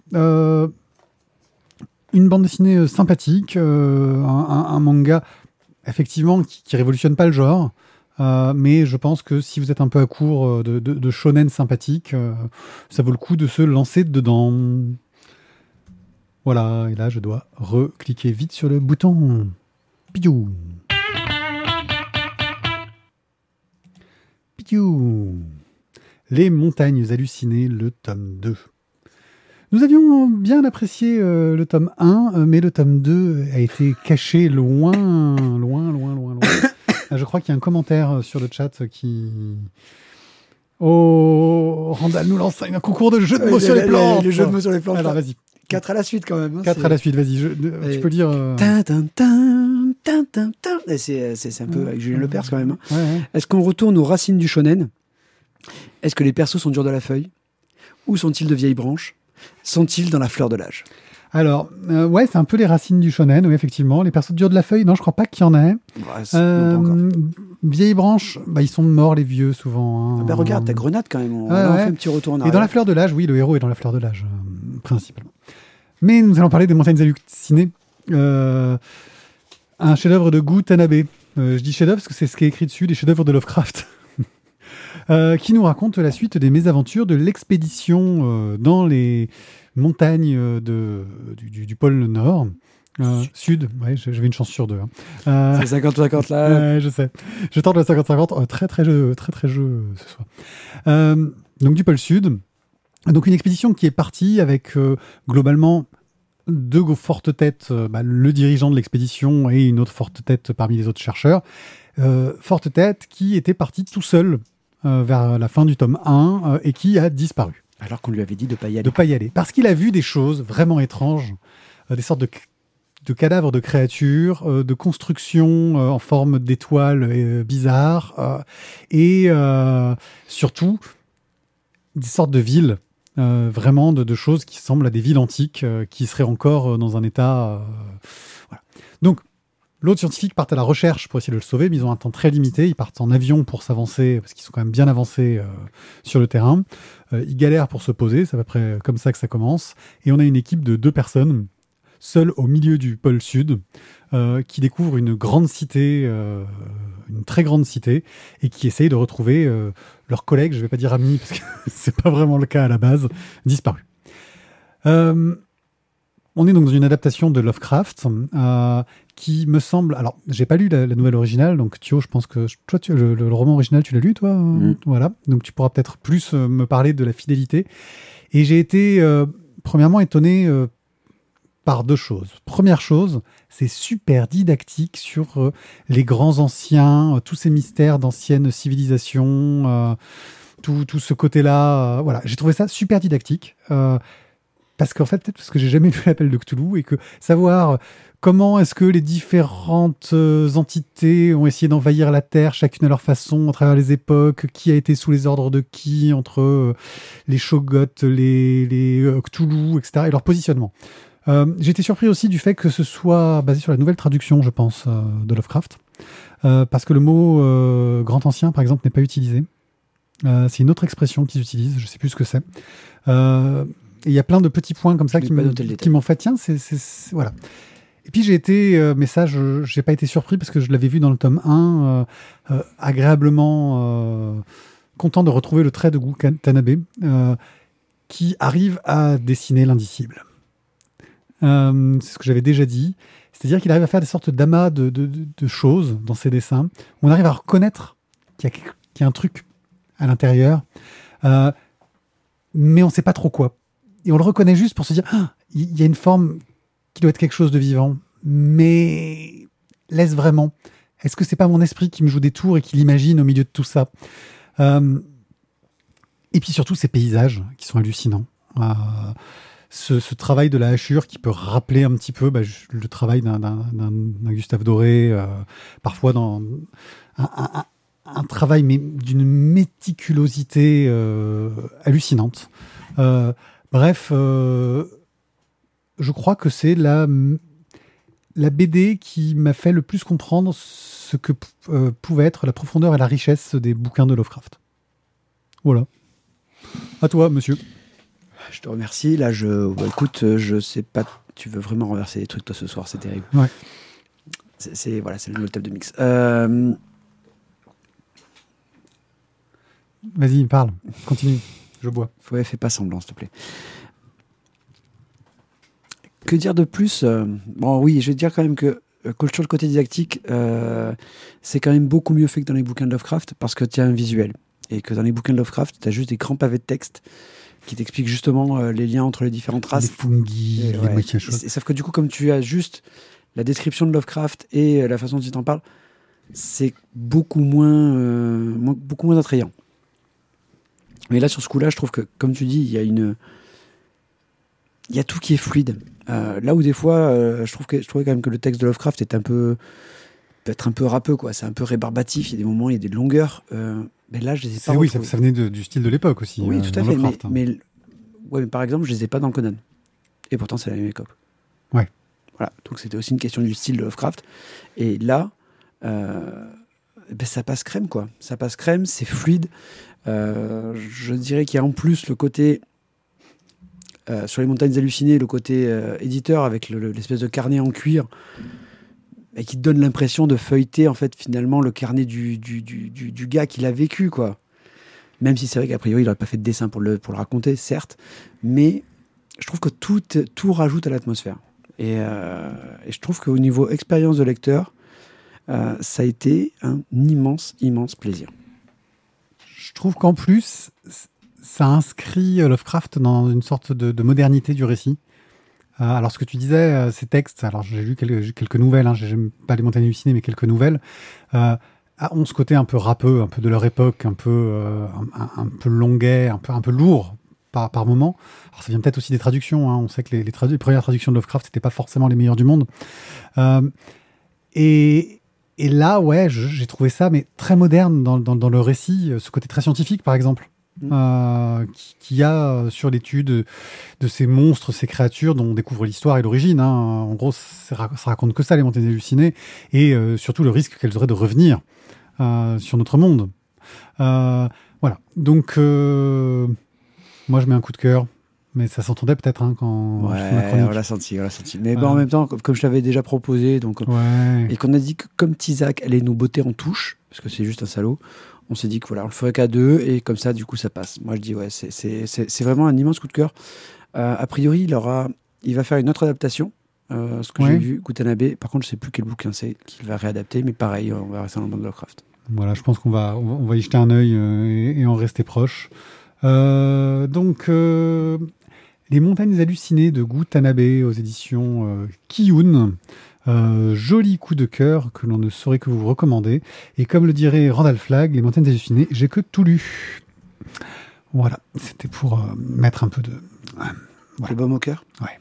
Une bande dessinée sympathique, un manga effectivement qui révolutionne pas le genre, mais je pense que si vous êtes un peu à court de shonen sympathique, ça vaut le coup de se lancer dedans. Voilà, et là je dois recliquer vite sur le bouton. Piou. Piou. Les montagnes hallucinées, le tome 2. Nous avions bien apprécié le tome 1, mais le tome 2 a été caché loin. Je crois qu'il y a un commentaire sur le chat qui... Oh, Randall nous lance un concours de jeux de mots sur les plantes. Le jeu de mots sur les plantes. Alors, vas-y. 4 à la suite, quand même. 4 à la suite, vas-y. Tu peux dire... C'est un peu avec Julien Lepers, quand même. Ouais. Est-ce qu'on retourne aux racines du shonen ? Est-ce que les persos sont durs de la feuille ? Ou sont-ils de vieilles branches ? Sont-ils dans la fleur de l'âge ? Alors, ouais, c'est un peu les racines du shonen, oui, effectivement. Les persos durs de la feuille, non, je crois pas qu'il y en ait. Vieilles branches, ils sont morts, les vieux, souvent. Hein. Regarde, ta grenade, quand même. On fait un petit retour en arrière. Et dans la fleur de l'âge, oui, le héros est dans la fleur de l'âge, principalement. Mais nous allons parler des montagnes hallucinées. Un chef-d'œuvre de Gu Tanabe. Je dis chef-d'œuvre parce que c'est ce qui est écrit dessus, des chefs-d'œuvre de Lovecraft. Qui nous raconte la suite des mésaventures de l'expédition dans les montagnes du pôle Nord. Sud, ouais, j'avais une chance sur deux. Hein. C'est 50-50 là. Je sais. Je tente le 50-50. Très jeu ce soir. Donc du pôle Sud. Donc une expédition qui est partie avec globalement deux fortes têtes, le dirigeant de l'expédition et une autre forte tête parmi les autres chercheurs. Forte tête qui était partie tout seul vers la fin du tome 1 et qui a disparu. Alors qu'on lui avait dit de ne pas y aller. Parce qu'il a vu des choses vraiment étranges, des sortes de cadavres de créatures, de constructions en forme d'étoiles bizarres, et surtout des sortes de villes, vraiment de choses qui semblent à des villes antiques, qui seraient encore dans un état... voilà. Donc, l'autre scientifique part à la recherche pour essayer de le sauver, mais ils ont un temps très limité. Ils partent en avion pour s'avancer, parce qu'ils sont quand même bien avancés sur le terrain. Ils galèrent pour se poser, c'est à peu près comme ça que ça commence. Et on a une équipe de 2 personnes, seules au milieu du pôle Sud, qui découvrent une grande cité, une très grande cité, et qui essayent de retrouver leurs collègues, je ne vais pas dire amis, parce que c'est pas vraiment le cas à la base, disparus. On est donc dans une adaptation de Lovecraft qui me semble... Alors, j'ai pas lu la nouvelle originale, donc Thio, je pense que... Toi, le roman original, tu l'as lu, toi Voilà. Donc, tu pourras peut-être plus me parler de la fidélité. Et j'ai été, premièrement, étonné par deux choses. Première chose, c'est super didactique sur les grands anciens, tous ces mystères d'anciennes civilisations, tout ce côté-là. Voilà, j'ai trouvé ça super didactique. Parce qu'en fait, peut-être parce que j'ai jamais lu l'appel de Cthulhu et que savoir comment est-ce que les différentes entités ont essayé d'envahir la Terre, chacune à leur façon, à travers les époques, qui a été sous les ordres de qui, entre les Shoggoths, les Cthulhu, etc., et leur positionnement. J'ai été surpris aussi du fait que ce soit basé sur la nouvelle traduction, je pense, de Lovecraft, parce que le mot grand ancien, par exemple, n'est pas utilisé. C'est une autre expression qu'ils utilisent, je sais plus ce que c'est. Il y a plein de petits points comme ça qui m'ont fait, tiens, c'est voilà. Et puis j'ai été, mais ça, j'ai pas été surpris parce que je l'avais vu dans le tome 1, agréablement content de retrouver le trait de Gu Tanabe, qui arrive à dessiner l'indicible. C'est ce que j'avais déjà dit. C'est-à-dire qu'il arrive à faire des sortes d'amas de choses dans ses dessins. On arrive à reconnaître qu'il y a un truc à l'intérieur, mais on ne sait pas trop quoi. Et on le reconnaît juste pour se dire, il y a une forme qui doit être quelque chose de vivant, mais laisse vraiment. Est-ce que c'est pas mon esprit qui me joue des tours et qui l'imagine au milieu de tout ça? Et puis surtout ces paysages qui sont hallucinants. Ce travail de la hachure qui peut rappeler un petit peu le travail d'un Gustave Doré, parfois dans un travail mais d'une méticulosité hallucinante. Bref, je crois que c'est la BD qui m'a fait le plus comprendre ce que pouvait être la profondeur et la richesse des bouquins de Lovecraft. Voilà. À toi, monsieur. Je te remercie. Là, écoute, je sais pas. Tu veux vraiment renverser les trucs toi ce soir, c'est terrible. Ouais. C'est le nouveau thème de mix. Vas-y, parle. Continue. Je bois. Ouais, fais pas semblant, s'il te plaît. Que dire de plus? Bon, oui, je vais dire quand même que sur le côté didactique, c'est quand même beaucoup mieux fait que dans les bouquins de Lovecraft parce que tu as un visuel. Et que dans les bouquins de Lovecraft, tu as juste des grands pavés de texte qui t'expliquent justement les liens entre les différentes races. Les fungi, les machins chauds. Sauf que du coup, comme tu as juste la description de Lovecraft et la façon dont il t'en parle, c'est beaucoup moins attrayant. Mais là, sur ce coup-là, je trouve que, comme tu dis, il y a tout qui est fluide. Là où des fois, je trouvais quand même que le texte de Lovecraft est peut être un peu râpeux, quoi. C'est un peu rébarbatif. Il y a des moments, il y a des longueurs. Mais là, je les ai pas retrouvés. Oui, ça venait du style de l'époque aussi. Oui, tout à fait. Mais par exemple, je les ai pas dans Conan. Et pourtant, c'est la même époque. Ouais. Voilà. Donc, c'était aussi une question du style de Lovecraft. Et là, ça passe crème, quoi. Ça passe crème, c'est fluide. Je dirais qu'il y a en plus le côté sur les montagnes hallucinées, le côté éditeur avec l'espèce de carnet en cuir et qui te donne l'impression de feuilleter en fait finalement le carnet du gars qui l'a vécu, quoi. Même si c'est vrai qu'a priori il n'aurait pas fait de dessin pour le raconter, certes, mais je trouve que tout rajoute à l'atmosphère et je trouve qu'au niveau expérience de lecteur, ça a été un immense plaisir. Je trouve qu'en plus, ça inscrit Lovecraft dans une sorte de modernité du récit. Alors, ce que tu disais, ces textes, alors j'ai lu quelques nouvelles, j'aime pas les montagnes hallucinées, mais quelques nouvelles, ont ce côté un peu râpeux, un peu de leur époque, un peu longuet, un peu lourd par moment. Alors, ça vient peut-être aussi des traductions. On sait que les premières traductions de Lovecraft, c'était pas forcément les meilleures du monde. Et là, ouais, j'ai trouvé ça mais très moderne dans le récit, ce côté très scientifique, par exemple, qu'il y a sur l'étude de ces monstres, ces créatures dont on découvre l'histoire et l'origine. En gros, ça raconte que ça, les montagnes hallucinées, et surtout le risque qu'elles auraient de revenir sur notre monde. Voilà. Donc, moi, je mets un coup de cœur. Mais ça s'entendait peut-être quand je fais ma chronique. On l'a senti. Mais en même temps, comme je t'avais déjà proposé, donc, et qu'on a dit que comme Tizak allait nous botter en touche, parce que c'est juste un salaud, on s'est dit que voilà, on le ferait qu'à deux, et comme ça, du coup, ça passe. Moi, je dis, ouais, c'est vraiment un immense coup de cœur. A priori, il aura Il va faire une autre adaptation. Ce que j'ai vu, Kutanabe. Par contre, je ne sais plus quel bouquin c'est qu'il va réadapter, mais pareil, on va rester dans le monde de Lovecraft. Voilà, je pense qu'on va y jeter un œil et en rester proche. Donc, Les Montagnes hallucinées de Kutanabe aux éditions Kiyun. Joli coup de cœur que l'on ne saurait que vous recommander. Et comme le dirait Randall Flagg, Les Montagnes hallucinées, j'ai que tout lu. Voilà, c'était pour mettre un peu de... voilà. Le baume au cœur. Ouais.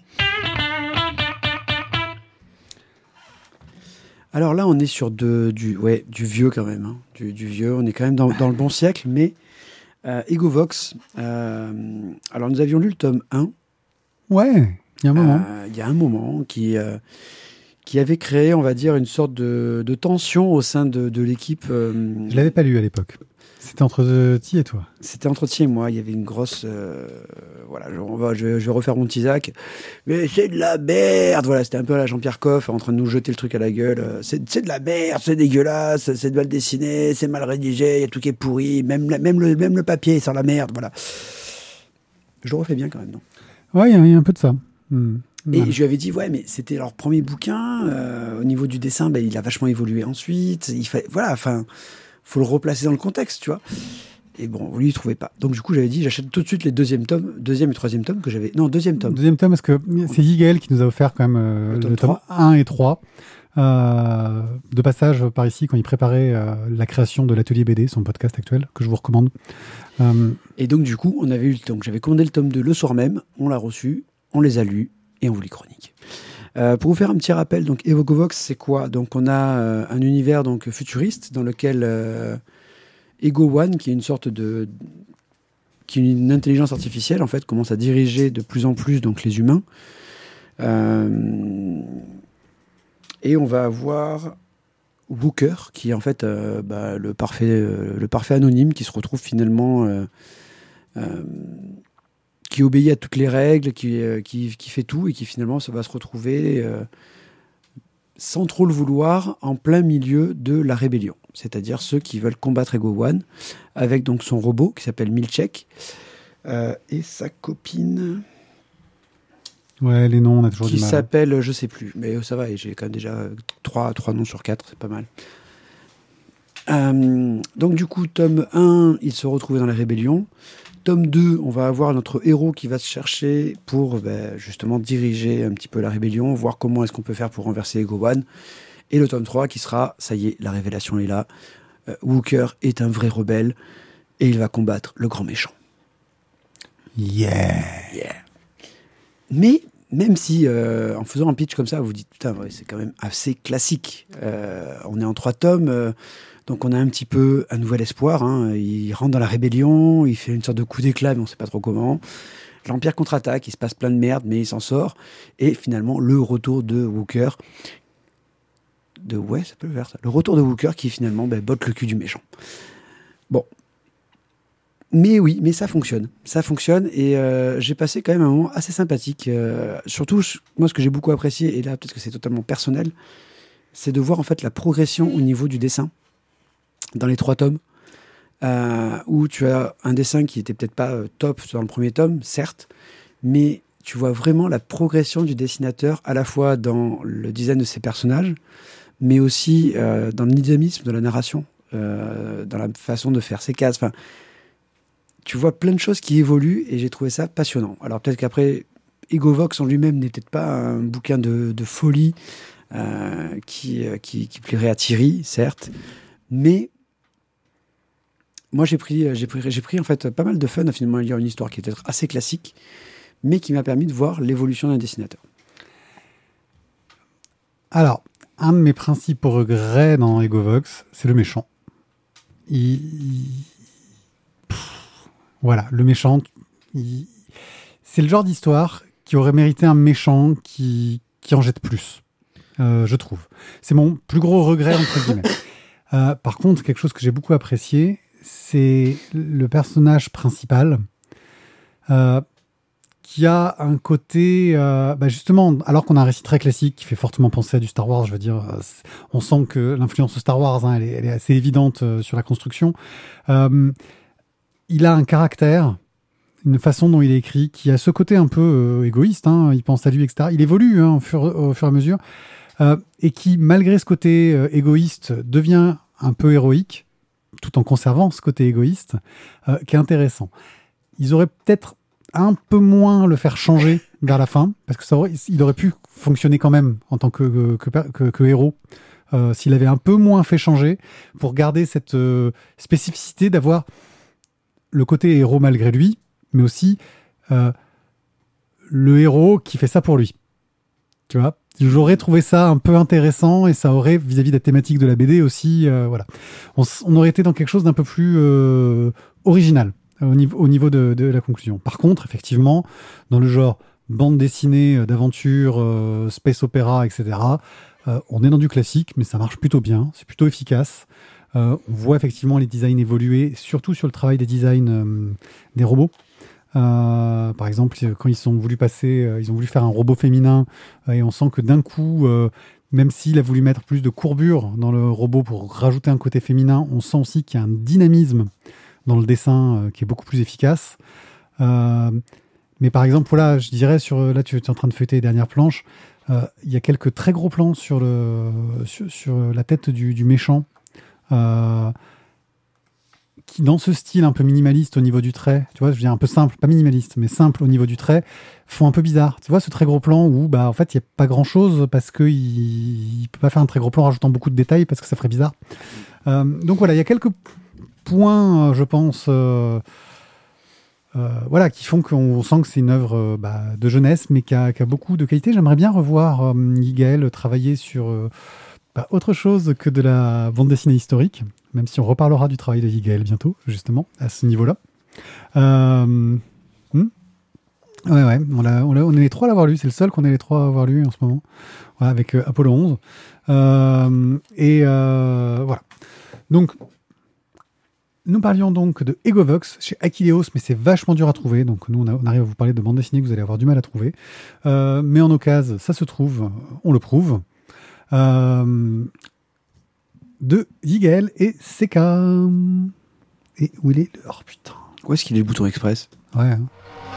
Alors là, on est sur du vieux quand même. Hein. Du vieux, on est quand même dans le bon siècle, mais Egovox, alors nous avions lu le tome 1. Ouais, il y a un moment. Il y a un moment qui avait créé, on va dire, une sorte de tension au sein de l'équipe. Je l'avais pas lu à l'époque. C'était entre Ti et toi. C'était entre Ti et moi. Il y avait une grosse... voilà, je vais refaire mon Tisac. Mais c'est de la merde. Voilà, c'était un peu à la Jean-Pierre Coff en train de nous jeter le truc à la gueule. C'est de la merde, c'est dégueulasse, c'est mal dessiné, c'est mal rédigé, il y a tout qui est pourri, même le papier sent la merde. Voilà. Je le refais bien quand même, non? Ouais, il y a un peu de ça. Et je lui avais dit, ouais, mais c'était leur premier bouquin. Au niveau du dessin, il a vachement évolué ensuite. Faut le replacer dans le contexte, tu vois. Et bon, lui, il trouvait pas. Donc, du coup, j'avais dit, j'achète tout de suite les deuxième et troisième tomes que j'avais. Non, deuxième tome. Deuxième tome, parce que c'est Yigel qui nous a offert quand même le tome 1 et 3. De passage par ici, quand il préparait la création de l'Atelier BD, son podcast actuel, que je vous recommande. Et donc, du coup, j'avais commandé le tome 2 le soir même, on l'a reçu, on les a lus, et on vous les chronique. Pour vous faire un petit rappel, donc Egovox, c'est quoi? Donc on a un univers donc futuriste dans lequel Ego One, qui est une sorte qui est une intelligence artificielle en fait, commence à diriger de plus en plus donc les humains. Et on va avoir Wooker, qui est en fait le parfait anonyme qui se retrouve finalement qui obéit à toutes les règles, qui fait tout et qui finalement va se retrouver sans trop le vouloir en plein milieu de la rébellion. C'est-à-dire ceux qui veulent combattre Ego One avec donc son robot qui s'appelle Milchek et sa copine... Ouais, les noms, on a toujours du mal. Qui s'appelle, je sais plus, mais ça va, et j'ai quand même déjà 3 noms sur 4, c'est pas mal. Donc du coup, tome 1, il se retrouve dans la rébellion. Tome 2, on va avoir notre héros qui va se chercher pour justement diriger un petit peu la rébellion, voir comment est-ce qu'on peut faire pour renverser Ego One. Et le tome 3 qui sera, ça y est, la révélation est là. Wooker est un vrai rebelle et il va combattre le grand méchant. Yeah. Mais même si, en faisant un pitch comme ça, vous vous dites, putain, ouais, c'est quand même assez classique. On est en 3 tomes, donc on a un petit peu un nouvel espoir. Hein. Il rentre dans la rébellion, il fait une sorte de coup d'éclat, mais on ne sait pas trop comment. L'Empire contre-attaque, il se passe plein de merde, mais il s'en sort. Et finalement, le retour de Wooker. Ça peut le faire, ça. Le retour de Wooker qui finalement botte le cul du méchant. Bon. Mais oui, mais ça fonctionne. Ça fonctionne et j'ai passé quand même un moment assez sympathique. Surtout, moi, ce que j'ai beaucoup apprécié, et là, peut-être que c'est totalement personnel, c'est de voir en fait la progression au niveau du dessin dans les 3 tomes, où tu as un dessin qui était peut-être pas top dans le premier tome, certes, mais tu vois vraiment la progression du dessinateur à la fois dans le design de ses personnages, mais aussi dans le dynamisme de la narration, dans la façon de faire ses cases. Enfin, tu vois plein de choses qui évoluent et j'ai trouvé ça passionnant. Alors peut-être qu'après, Egovox en lui-même n'est peut-être pas un bouquin de folie qui plairait à Thierry, certes, mais moi j'ai pris en fait pas mal de fun à finalement lire une histoire qui est peut-être assez classique, mais qui m'a permis de voir l'évolution d'un dessinateur. Alors, un de mes principaux regrets dans Egovox, c'est le méchant. Voilà, le méchant, c'est le genre d'histoire qui aurait mérité un méchant qui en jette plus, je trouve. C'est mon plus gros regret, entre guillemets. Par contre, quelque chose que j'ai beaucoup apprécié, c'est le personnage principal qui a un côté, justement, alors qu'on a un récit très classique qui fait fortement penser à du Star Wars, je veux dire, on sent que l'influence Star Wars, elle est assez évidente sur la construction. Il a un caractère une façon dont il est écrit, qui a ce côté un peu égoïste, hein, il pense à lui, etc. Il évolue au fur et à mesure, et qui, malgré ce côté égoïste, devient un peu héroïque, tout en conservant ce côté égoïste, qui est intéressant. Ils auraient peut-être un peu moins le faire changer vers la fin, parce que il aurait pu fonctionner quand même en tant que héros, s'il avait un peu moins fait changer, pour garder cette spécificité d'avoir le côté héros malgré lui, mais aussi le héros qui fait ça pour lui. Tu vois, j'aurais trouvé ça un peu intéressant, et ça aurait, vis-à-vis de la thématique de la BD aussi, voilà. On aurait été dans quelque chose d'un peu plus original au niveau de la conclusion. Par contre, effectivement, dans le genre bande dessinée d'aventure, space opéra, etc., on est dans du classique, mais ça marche plutôt bien, c'est plutôt efficace. On voit effectivement les designs évoluer, surtout sur le travail des designs des robots. Par exemple, quand ils ont voulu faire un robot féminin, et on sent que d'un coup, même s'il a voulu mettre plus de courbure dans le robot pour rajouter un côté féminin, on sent aussi qu'il y a un dynamisme dans le dessin qui est beaucoup plus efficace. Mais par exemple, voilà, je dirais, là tu es en train de feuilleter les dernières planches, il y a quelques très gros plans sur la tête du méchant, qui, dans ce style un peu minimaliste au niveau du trait, tu vois, je veux dire un peu simple, pas minimaliste, mais simple au niveau du trait, font un peu bizarre. Tu vois, ce très gros plan où, en fait, il n'y a pas grand-chose, parce qu'il peut pas faire un très gros plan en rajoutant beaucoup de détails, parce que ça ferait bizarre. Donc voilà, il y a quelques points, je pense, voilà, qui font qu'on sent que c'est une œuvre de jeunesse, mais qui a beaucoup de qualité. J'aimerais bien revoir Yigael travailler sur autre chose que de la bande dessinée historique, même si on reparlera du travail de Yigael bientôt, justement, à ce niveau-là. Ouais, on est les trois à l'avoir lu, c'est le seul qu'on est les trois à avoir lu en ce moment, voilà, avec Apollo 11. Voilà. Donc, nous parlions donc de Egovox chez Aquileos, mais c'est vachement dur à trouver. Donc nous, on arrive à vous parler de bande dessinée que vous allez avoir du mal à trouver. Mais en occasion, ça se trouve, on le prouve. De Yigael et Seka. Et où il est? Oh putain. Où est-ce qu'il est le bouton Express? Ouais. Hein.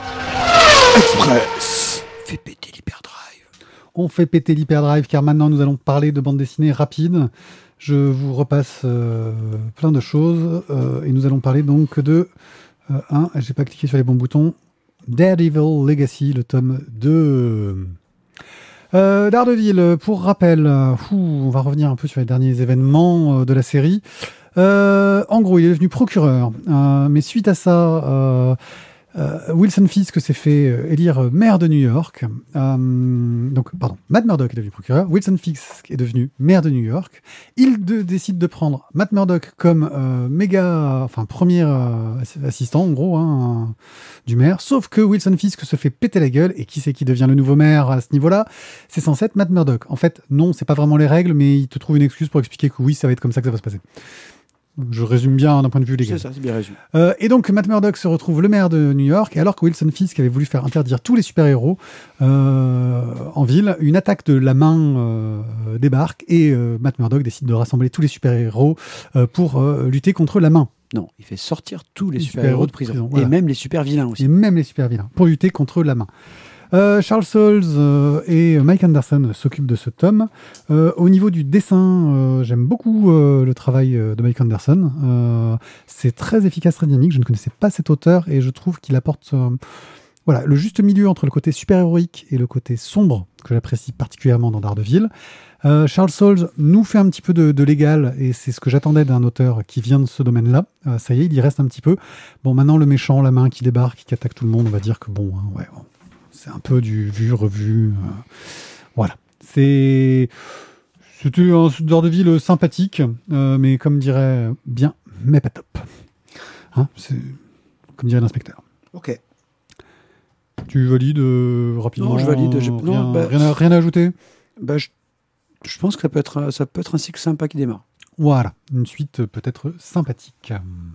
Express. Fais péter l'hyperdrive. On fait péter l'hyperdrive, car maintenant nous allons parler de bande dessinée rapide. Je vous repasse plein de choses, et nous allons parler donc de j'ai pas cliqué sur les bons boutons, Daredevil Legacy, le tome 2. Daredevil, pour rappel, on va revenir un peu sur les derniers événements de la série. En gros, il est devenu procureur, mais suite à ça, Wilson Fisk s'est fait élire maire de New York. Matt Murdock est devenu procureur. Wilson Fisk est devenu maire de New York. Il décide de prendre Matt Murdock comme premier assistant, en gros, du maire. Sauf que Wilson Fisk se fait péter la gueule. Et qui c'est qui devient le nouveau maire à ce niveau-là? C'est censé être Matt Murdock. En fait, non, c'est pas vraiment les règles, mais il te trouve une excuse pour expliquer que oui, ça va être comme ça que ça va se passer. Je résume bien d'un point de vue légal. C'est ça, c'est bien résumé. Et donc, Matt Murdock se retrouve le maire de New York, et alors que Wilson Fisk avait voulu faire interdire tous les super-héros en ville, une attaque de la main débarque, et Matt Murdock décide de rassembler tous les super-héros pour lutter contre la main. Non, il fait sortir tous les super-héros de prison. Voilà. Et même les super-vilains aussi. Et même les super-vilains, pour lutter contre la main. Charles Soule et Mike Anderson s'occupent de ce tome. Au niveau du dessin, j'aime beaucoup le travail de Mike Anderson. C'est très efficace, très dynamique. Je ne connaissais pas cet auteur, et je trouve qu'il apporte le juste milieu entre le côté super-héroïque et le côté sombre, que j'apprécie particulièrement dans Daredevil. Charles Soule nous fait un petit peu de légal, et c'est ce que j'attendais d'un auteur qui vient de ce domaine-là. Ça y est, il y reste un petit peu. Bon, maintenant, le méchant, la main qui débarque, qui attaque tout le monde, on va dire que c'est un peu du vu, revu. Voilà. C'était un Daredevil sympathique, mais comme dirait bien, mais pas top. C'est comme dirait l'inspecteur. Ok. Tu valides rapidement? Non, je valide. Rien à ajouter? Je pense que ça peut être un cycle sympa qui démarre. Voilà. Une suite peut-être sympathique.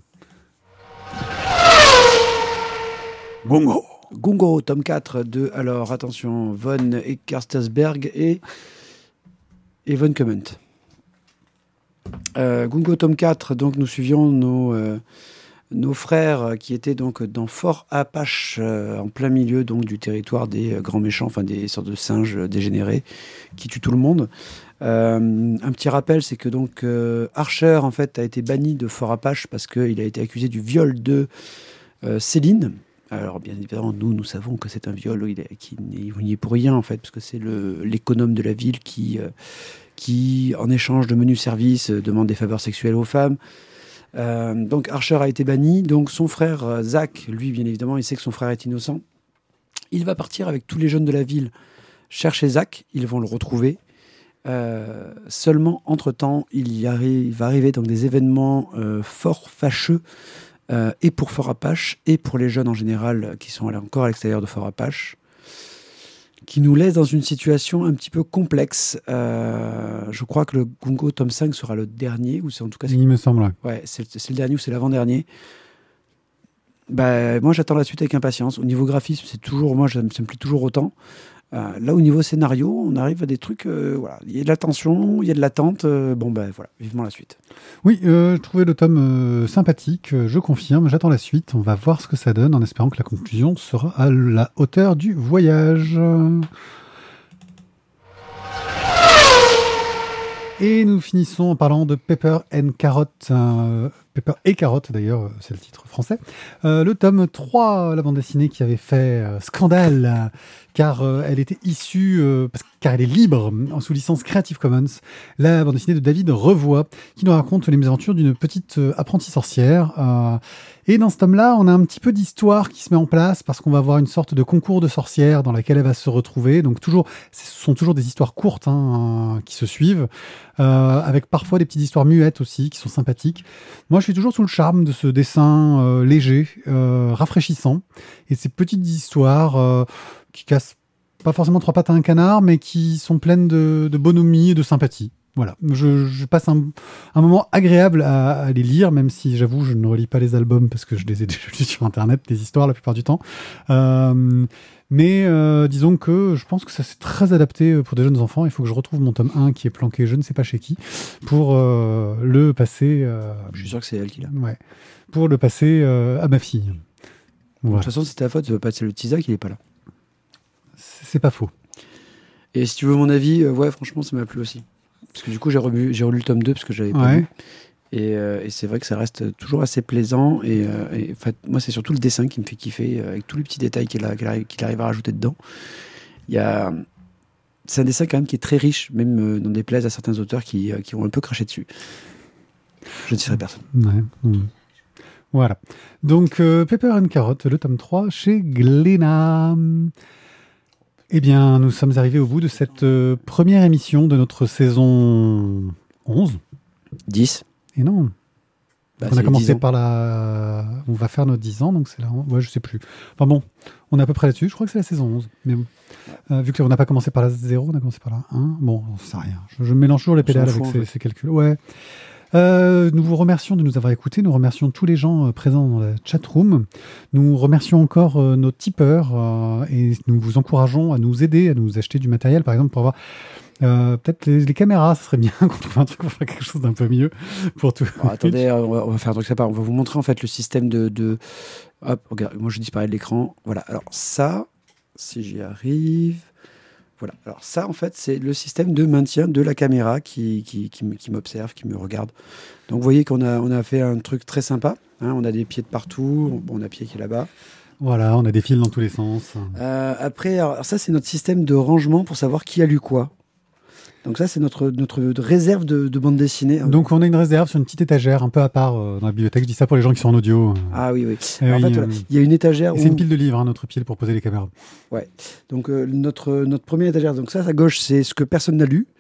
Gungo, tome 4 de, alors attention, Von Eckersberg et Von Comment. Gungo, tome 4, donc nous suivions nos frères qui étaient donc dans Fort Apache, en plein milieu donc du territoire des grands méchants, enfin des sortes de singes dégénérés qui tuent tout le monde. Un petit rappel, c'est que donc Archer en fait a été banni de Fort Apache parce qu'il a été accusé du viol de Céline. Alors bien évidemment, nous savons que c'est un viol qui n'y est pour rien en fait, parce que c'est l'économe de la ville qui en échange de menus services demande des faveurs sexuelles aux femmes. Donc Archer a été banni. Donc son frère Zach, lui bien évidemment, il sait que son frère est innocent. Il va partir avec tous les jeunes de la ville chercher Zach. Ils vont le retrouver. Seulement entre-temps, il va arriver donc des événements fort fâcheux. Et pour Fort Apache, et pour les jeunes en général qui sont encore à l'extérieur de Fort Apache, qui nous laisse dans une situation un petit peu complexe. Je crois que le Gungo tome 5 sera le dernier, ou c'est en tout cas... Il me semble. Ouais, c'est le dernier ou c'est l'avant-dernier. Moi, j'attends la suite avec impatience. Au niveau graphisme, ça me plaît toujours autant. Là, au niveau scénario, on arrive à des trucs... voilà. Il y a de la tension, il y a de l'attente. Voilà, vivement la suite. Oui, je trouvais le tome sympathique, je confirme. J'attends la suite. On va voir ce que ça donne en espérant que la conclusion sera à la hauteur du voyage. Et nous finissons en parlant de Pepper and Carrot. Pepper et Carotte, d'ailleurs, c'est le titre français. Le tome 3, la bande dessinée qui avait fait scandale, car elle était issue, car elle est libre, sous licence Creative Commons. La bande dessinée de David Revoy, qui nous raconte les mésaventures d'une petite apprentie sorcière. Et dans ce tome-là, on a un petit peu d'histoire qui se met en place, parce qu'on va avoir une sorte de concours de sorcières dans laquelle elle va se retrouver. Donc ce sont toujours des histoires courtes qui se suivent, avec parfois des petites histoires muettes aussi, qui sont sympathiques. Moi, je suis toujours sous le charme de ce dessin léger, rafraîchissant, et ces petites histoires qui cassent pas forcément trois pattes à un canard, mais qui sont pleines de bonhomie et de sympathie. Voilà, je passe un moment agréable à les lire, même si j'avoue je ne relis pas les albums parce que je les ai déjà lus sur internet, les histoires la plupart du temps. Mais disons que je pense que ça c'est très adapté pour des jeunes enfants. Il faut que je retrouve mon tome 1 qui est planqué je ne sais pas chez qui pour le passer. Je suis sûr que c'est elle qui l'a. Ouais, pour le passer à ma fille. Voilà. De toute façon, c'était ta faute, c'est le Tisa qui n'est pas là. C'est pas faux. Et si tu veux mon avis, franchement, ça m'a plu aussi. Parce que du coup, j'ai relu le tome 2 parce que je l'avais pas lu. Et c'est vrai que ça reste toujours assez plaisant. Et en fait, moi, c'est surtout le dessin qui me fait kiffer, avec tous les petits détails qu'il arrive à rajouter dedans. C'est un dessin quand même qui est très riche, même dans des plaies à certains auteurs qui ont un peu craché dessus. Je ne dirai personne. Ouais. Voilà. Donc, Pepper and Carrot, le tome 3, chez Glénat. Eh bien, nous sommes arrivés au bout de cette première émission de notre saison 11. 10. Et non. On a commencé par on va faire nos 10 ans, donc c'est là. Ouais, je sais plus. Enfin bon, on est à peu près là-dessus. Je crois que c'est la saison 11. Mais bon. Vu qu'on n'a pas commencé par la 0, on a commencé par la 1. Bon, on ne sait rien. Je mélange toujours les pédales avec ces calculs. Ouais. Nous vous remercions de nous avoir écoutés. Nous remercions tous les gens présents dans la chatroom. Nous remercions encore nos tipeurs et nous vous encourageons à nous aider, à nous acheter du matériel, par exemple, pour avoir peut-être les caméras. Ça serait bien qu'on trouve un truc pour faire quelque chose d'un peu mieux pour tout. Alors, attendez, on va faire un truc sympa. On va vous montrer en fait le système de... Hop, regarde, moi je disparais de l'écran. Voilà, alors ça, si j'y arrive... Voilà. Alors ça, en fait, c'est le système de maintien de la caméra qui m'observe, qui me regarde. Donc vous voyez qu'on a fait un truc très sympa. On a des pieds de partout. On a pied qui est là-bas. Voilà, on a des fils dans tous les sens. Après, alors ça, c'est notre système de rangement pour savoir qui a lu quoi. Donc ça, c'est notre réserve de bande dessinée. Donc on a une réserve sur une petite étagère un peu à part dans la bibliothèque. Je dis ça pour les gens qui sont en audio. Ah oui. Alors, en fait, voilà, il y a une étagère. C'est une pile de livres, notre pile pour poser les caméras. Ouais. Donc notre première étagère. Donc ça, à gauche, c'est ce que personne n'a lu.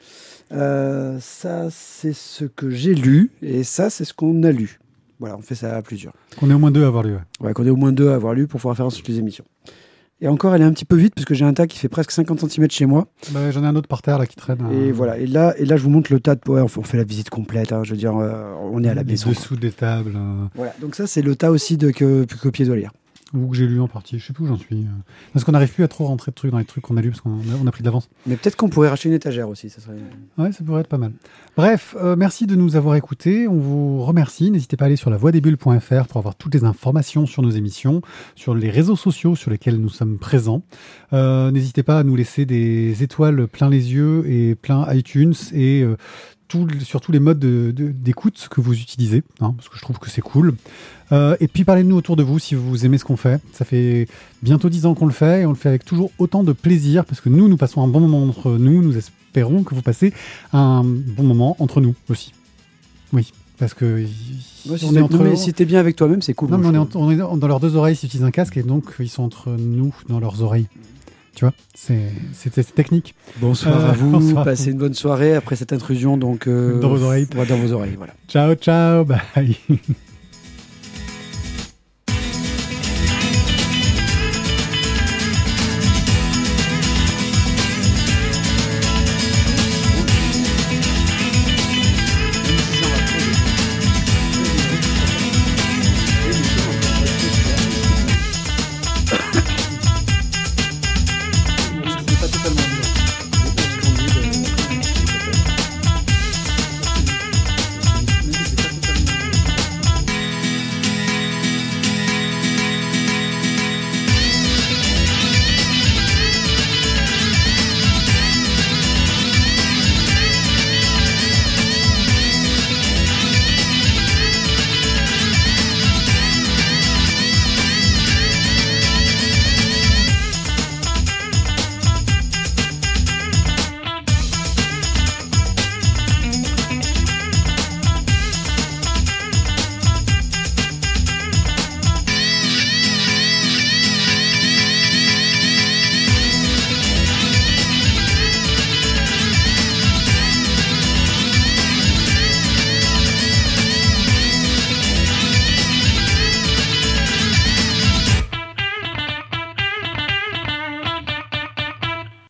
Ça, c'est ce que j'ai lu. Et ça, c'est ce qu'on a lu. Voilà, on fait ça à plusieurs. Qu'on est au moins deux à avoir lu. Ouais, qu'on est au moins deux à avoir lu pour pouvoir faire ensuite les émissions. Et encore, elle est un petit peu vite parce que j'ai un tas qui fait presque 50 cm chez moi. J'en ai un autre par terre là qui traîne. Et voilà. Et là, je vous montre le tas de. Ouais, on fait la visite complète. Je veux dire, on est à la maison. Dessous des tables. Voilà. Donc ça, c'est le tas aussi que piédolière. ou que j'ai lu en partie. Je sais plus où j'en suis. Parce qu'on n'arrive plus à trop rentrer de trucs dans les trucs qu'on a lus parce qu'on a pris de l'avance. Mais peut-être qu'on pourrait racheter une étagère aussi. Ça serait... Ouais, ça pourrait être pas mal. Bref, merci de nous avoir écoutés. On vous remercie. N'hésitez pas à aller sur lavoidesbulles.fr pour avoir toutes les informations sur nos émissions, sur les réseaux sociaux sur lesquels nous sommes présents. N'hésitez pas à nous laisser des étoiles plein les yeux et plein iTunes et sur tous les modes d'écoute que vous utilisez, hein, parce que je trouve que c'est cool. Et puis parlez-nous autour de vous si vous aimez ce qu'on fait. Ça fait bientôt 10 ans qu'on le fait et on le fait avec toujours autant de plaisir parce que nous passons un bon moment entre nous. Nous espérons que vous passez un bon moment entre nous aussi. Oui, parce que si t'es bien avec toi-même, c'est cool. Non, mais on est dans leurs deux oreilles, ils utilisent un casque et donc ils sont entre nous dans leurs oreilles. Tu vois, c'est technique. Bonsoir à vous, bonsoir. Passez une bonne soirée après cette intrusion donc, dans vos oreilles. Dans vos oreilles, voilà. Ciao, ciao, bye.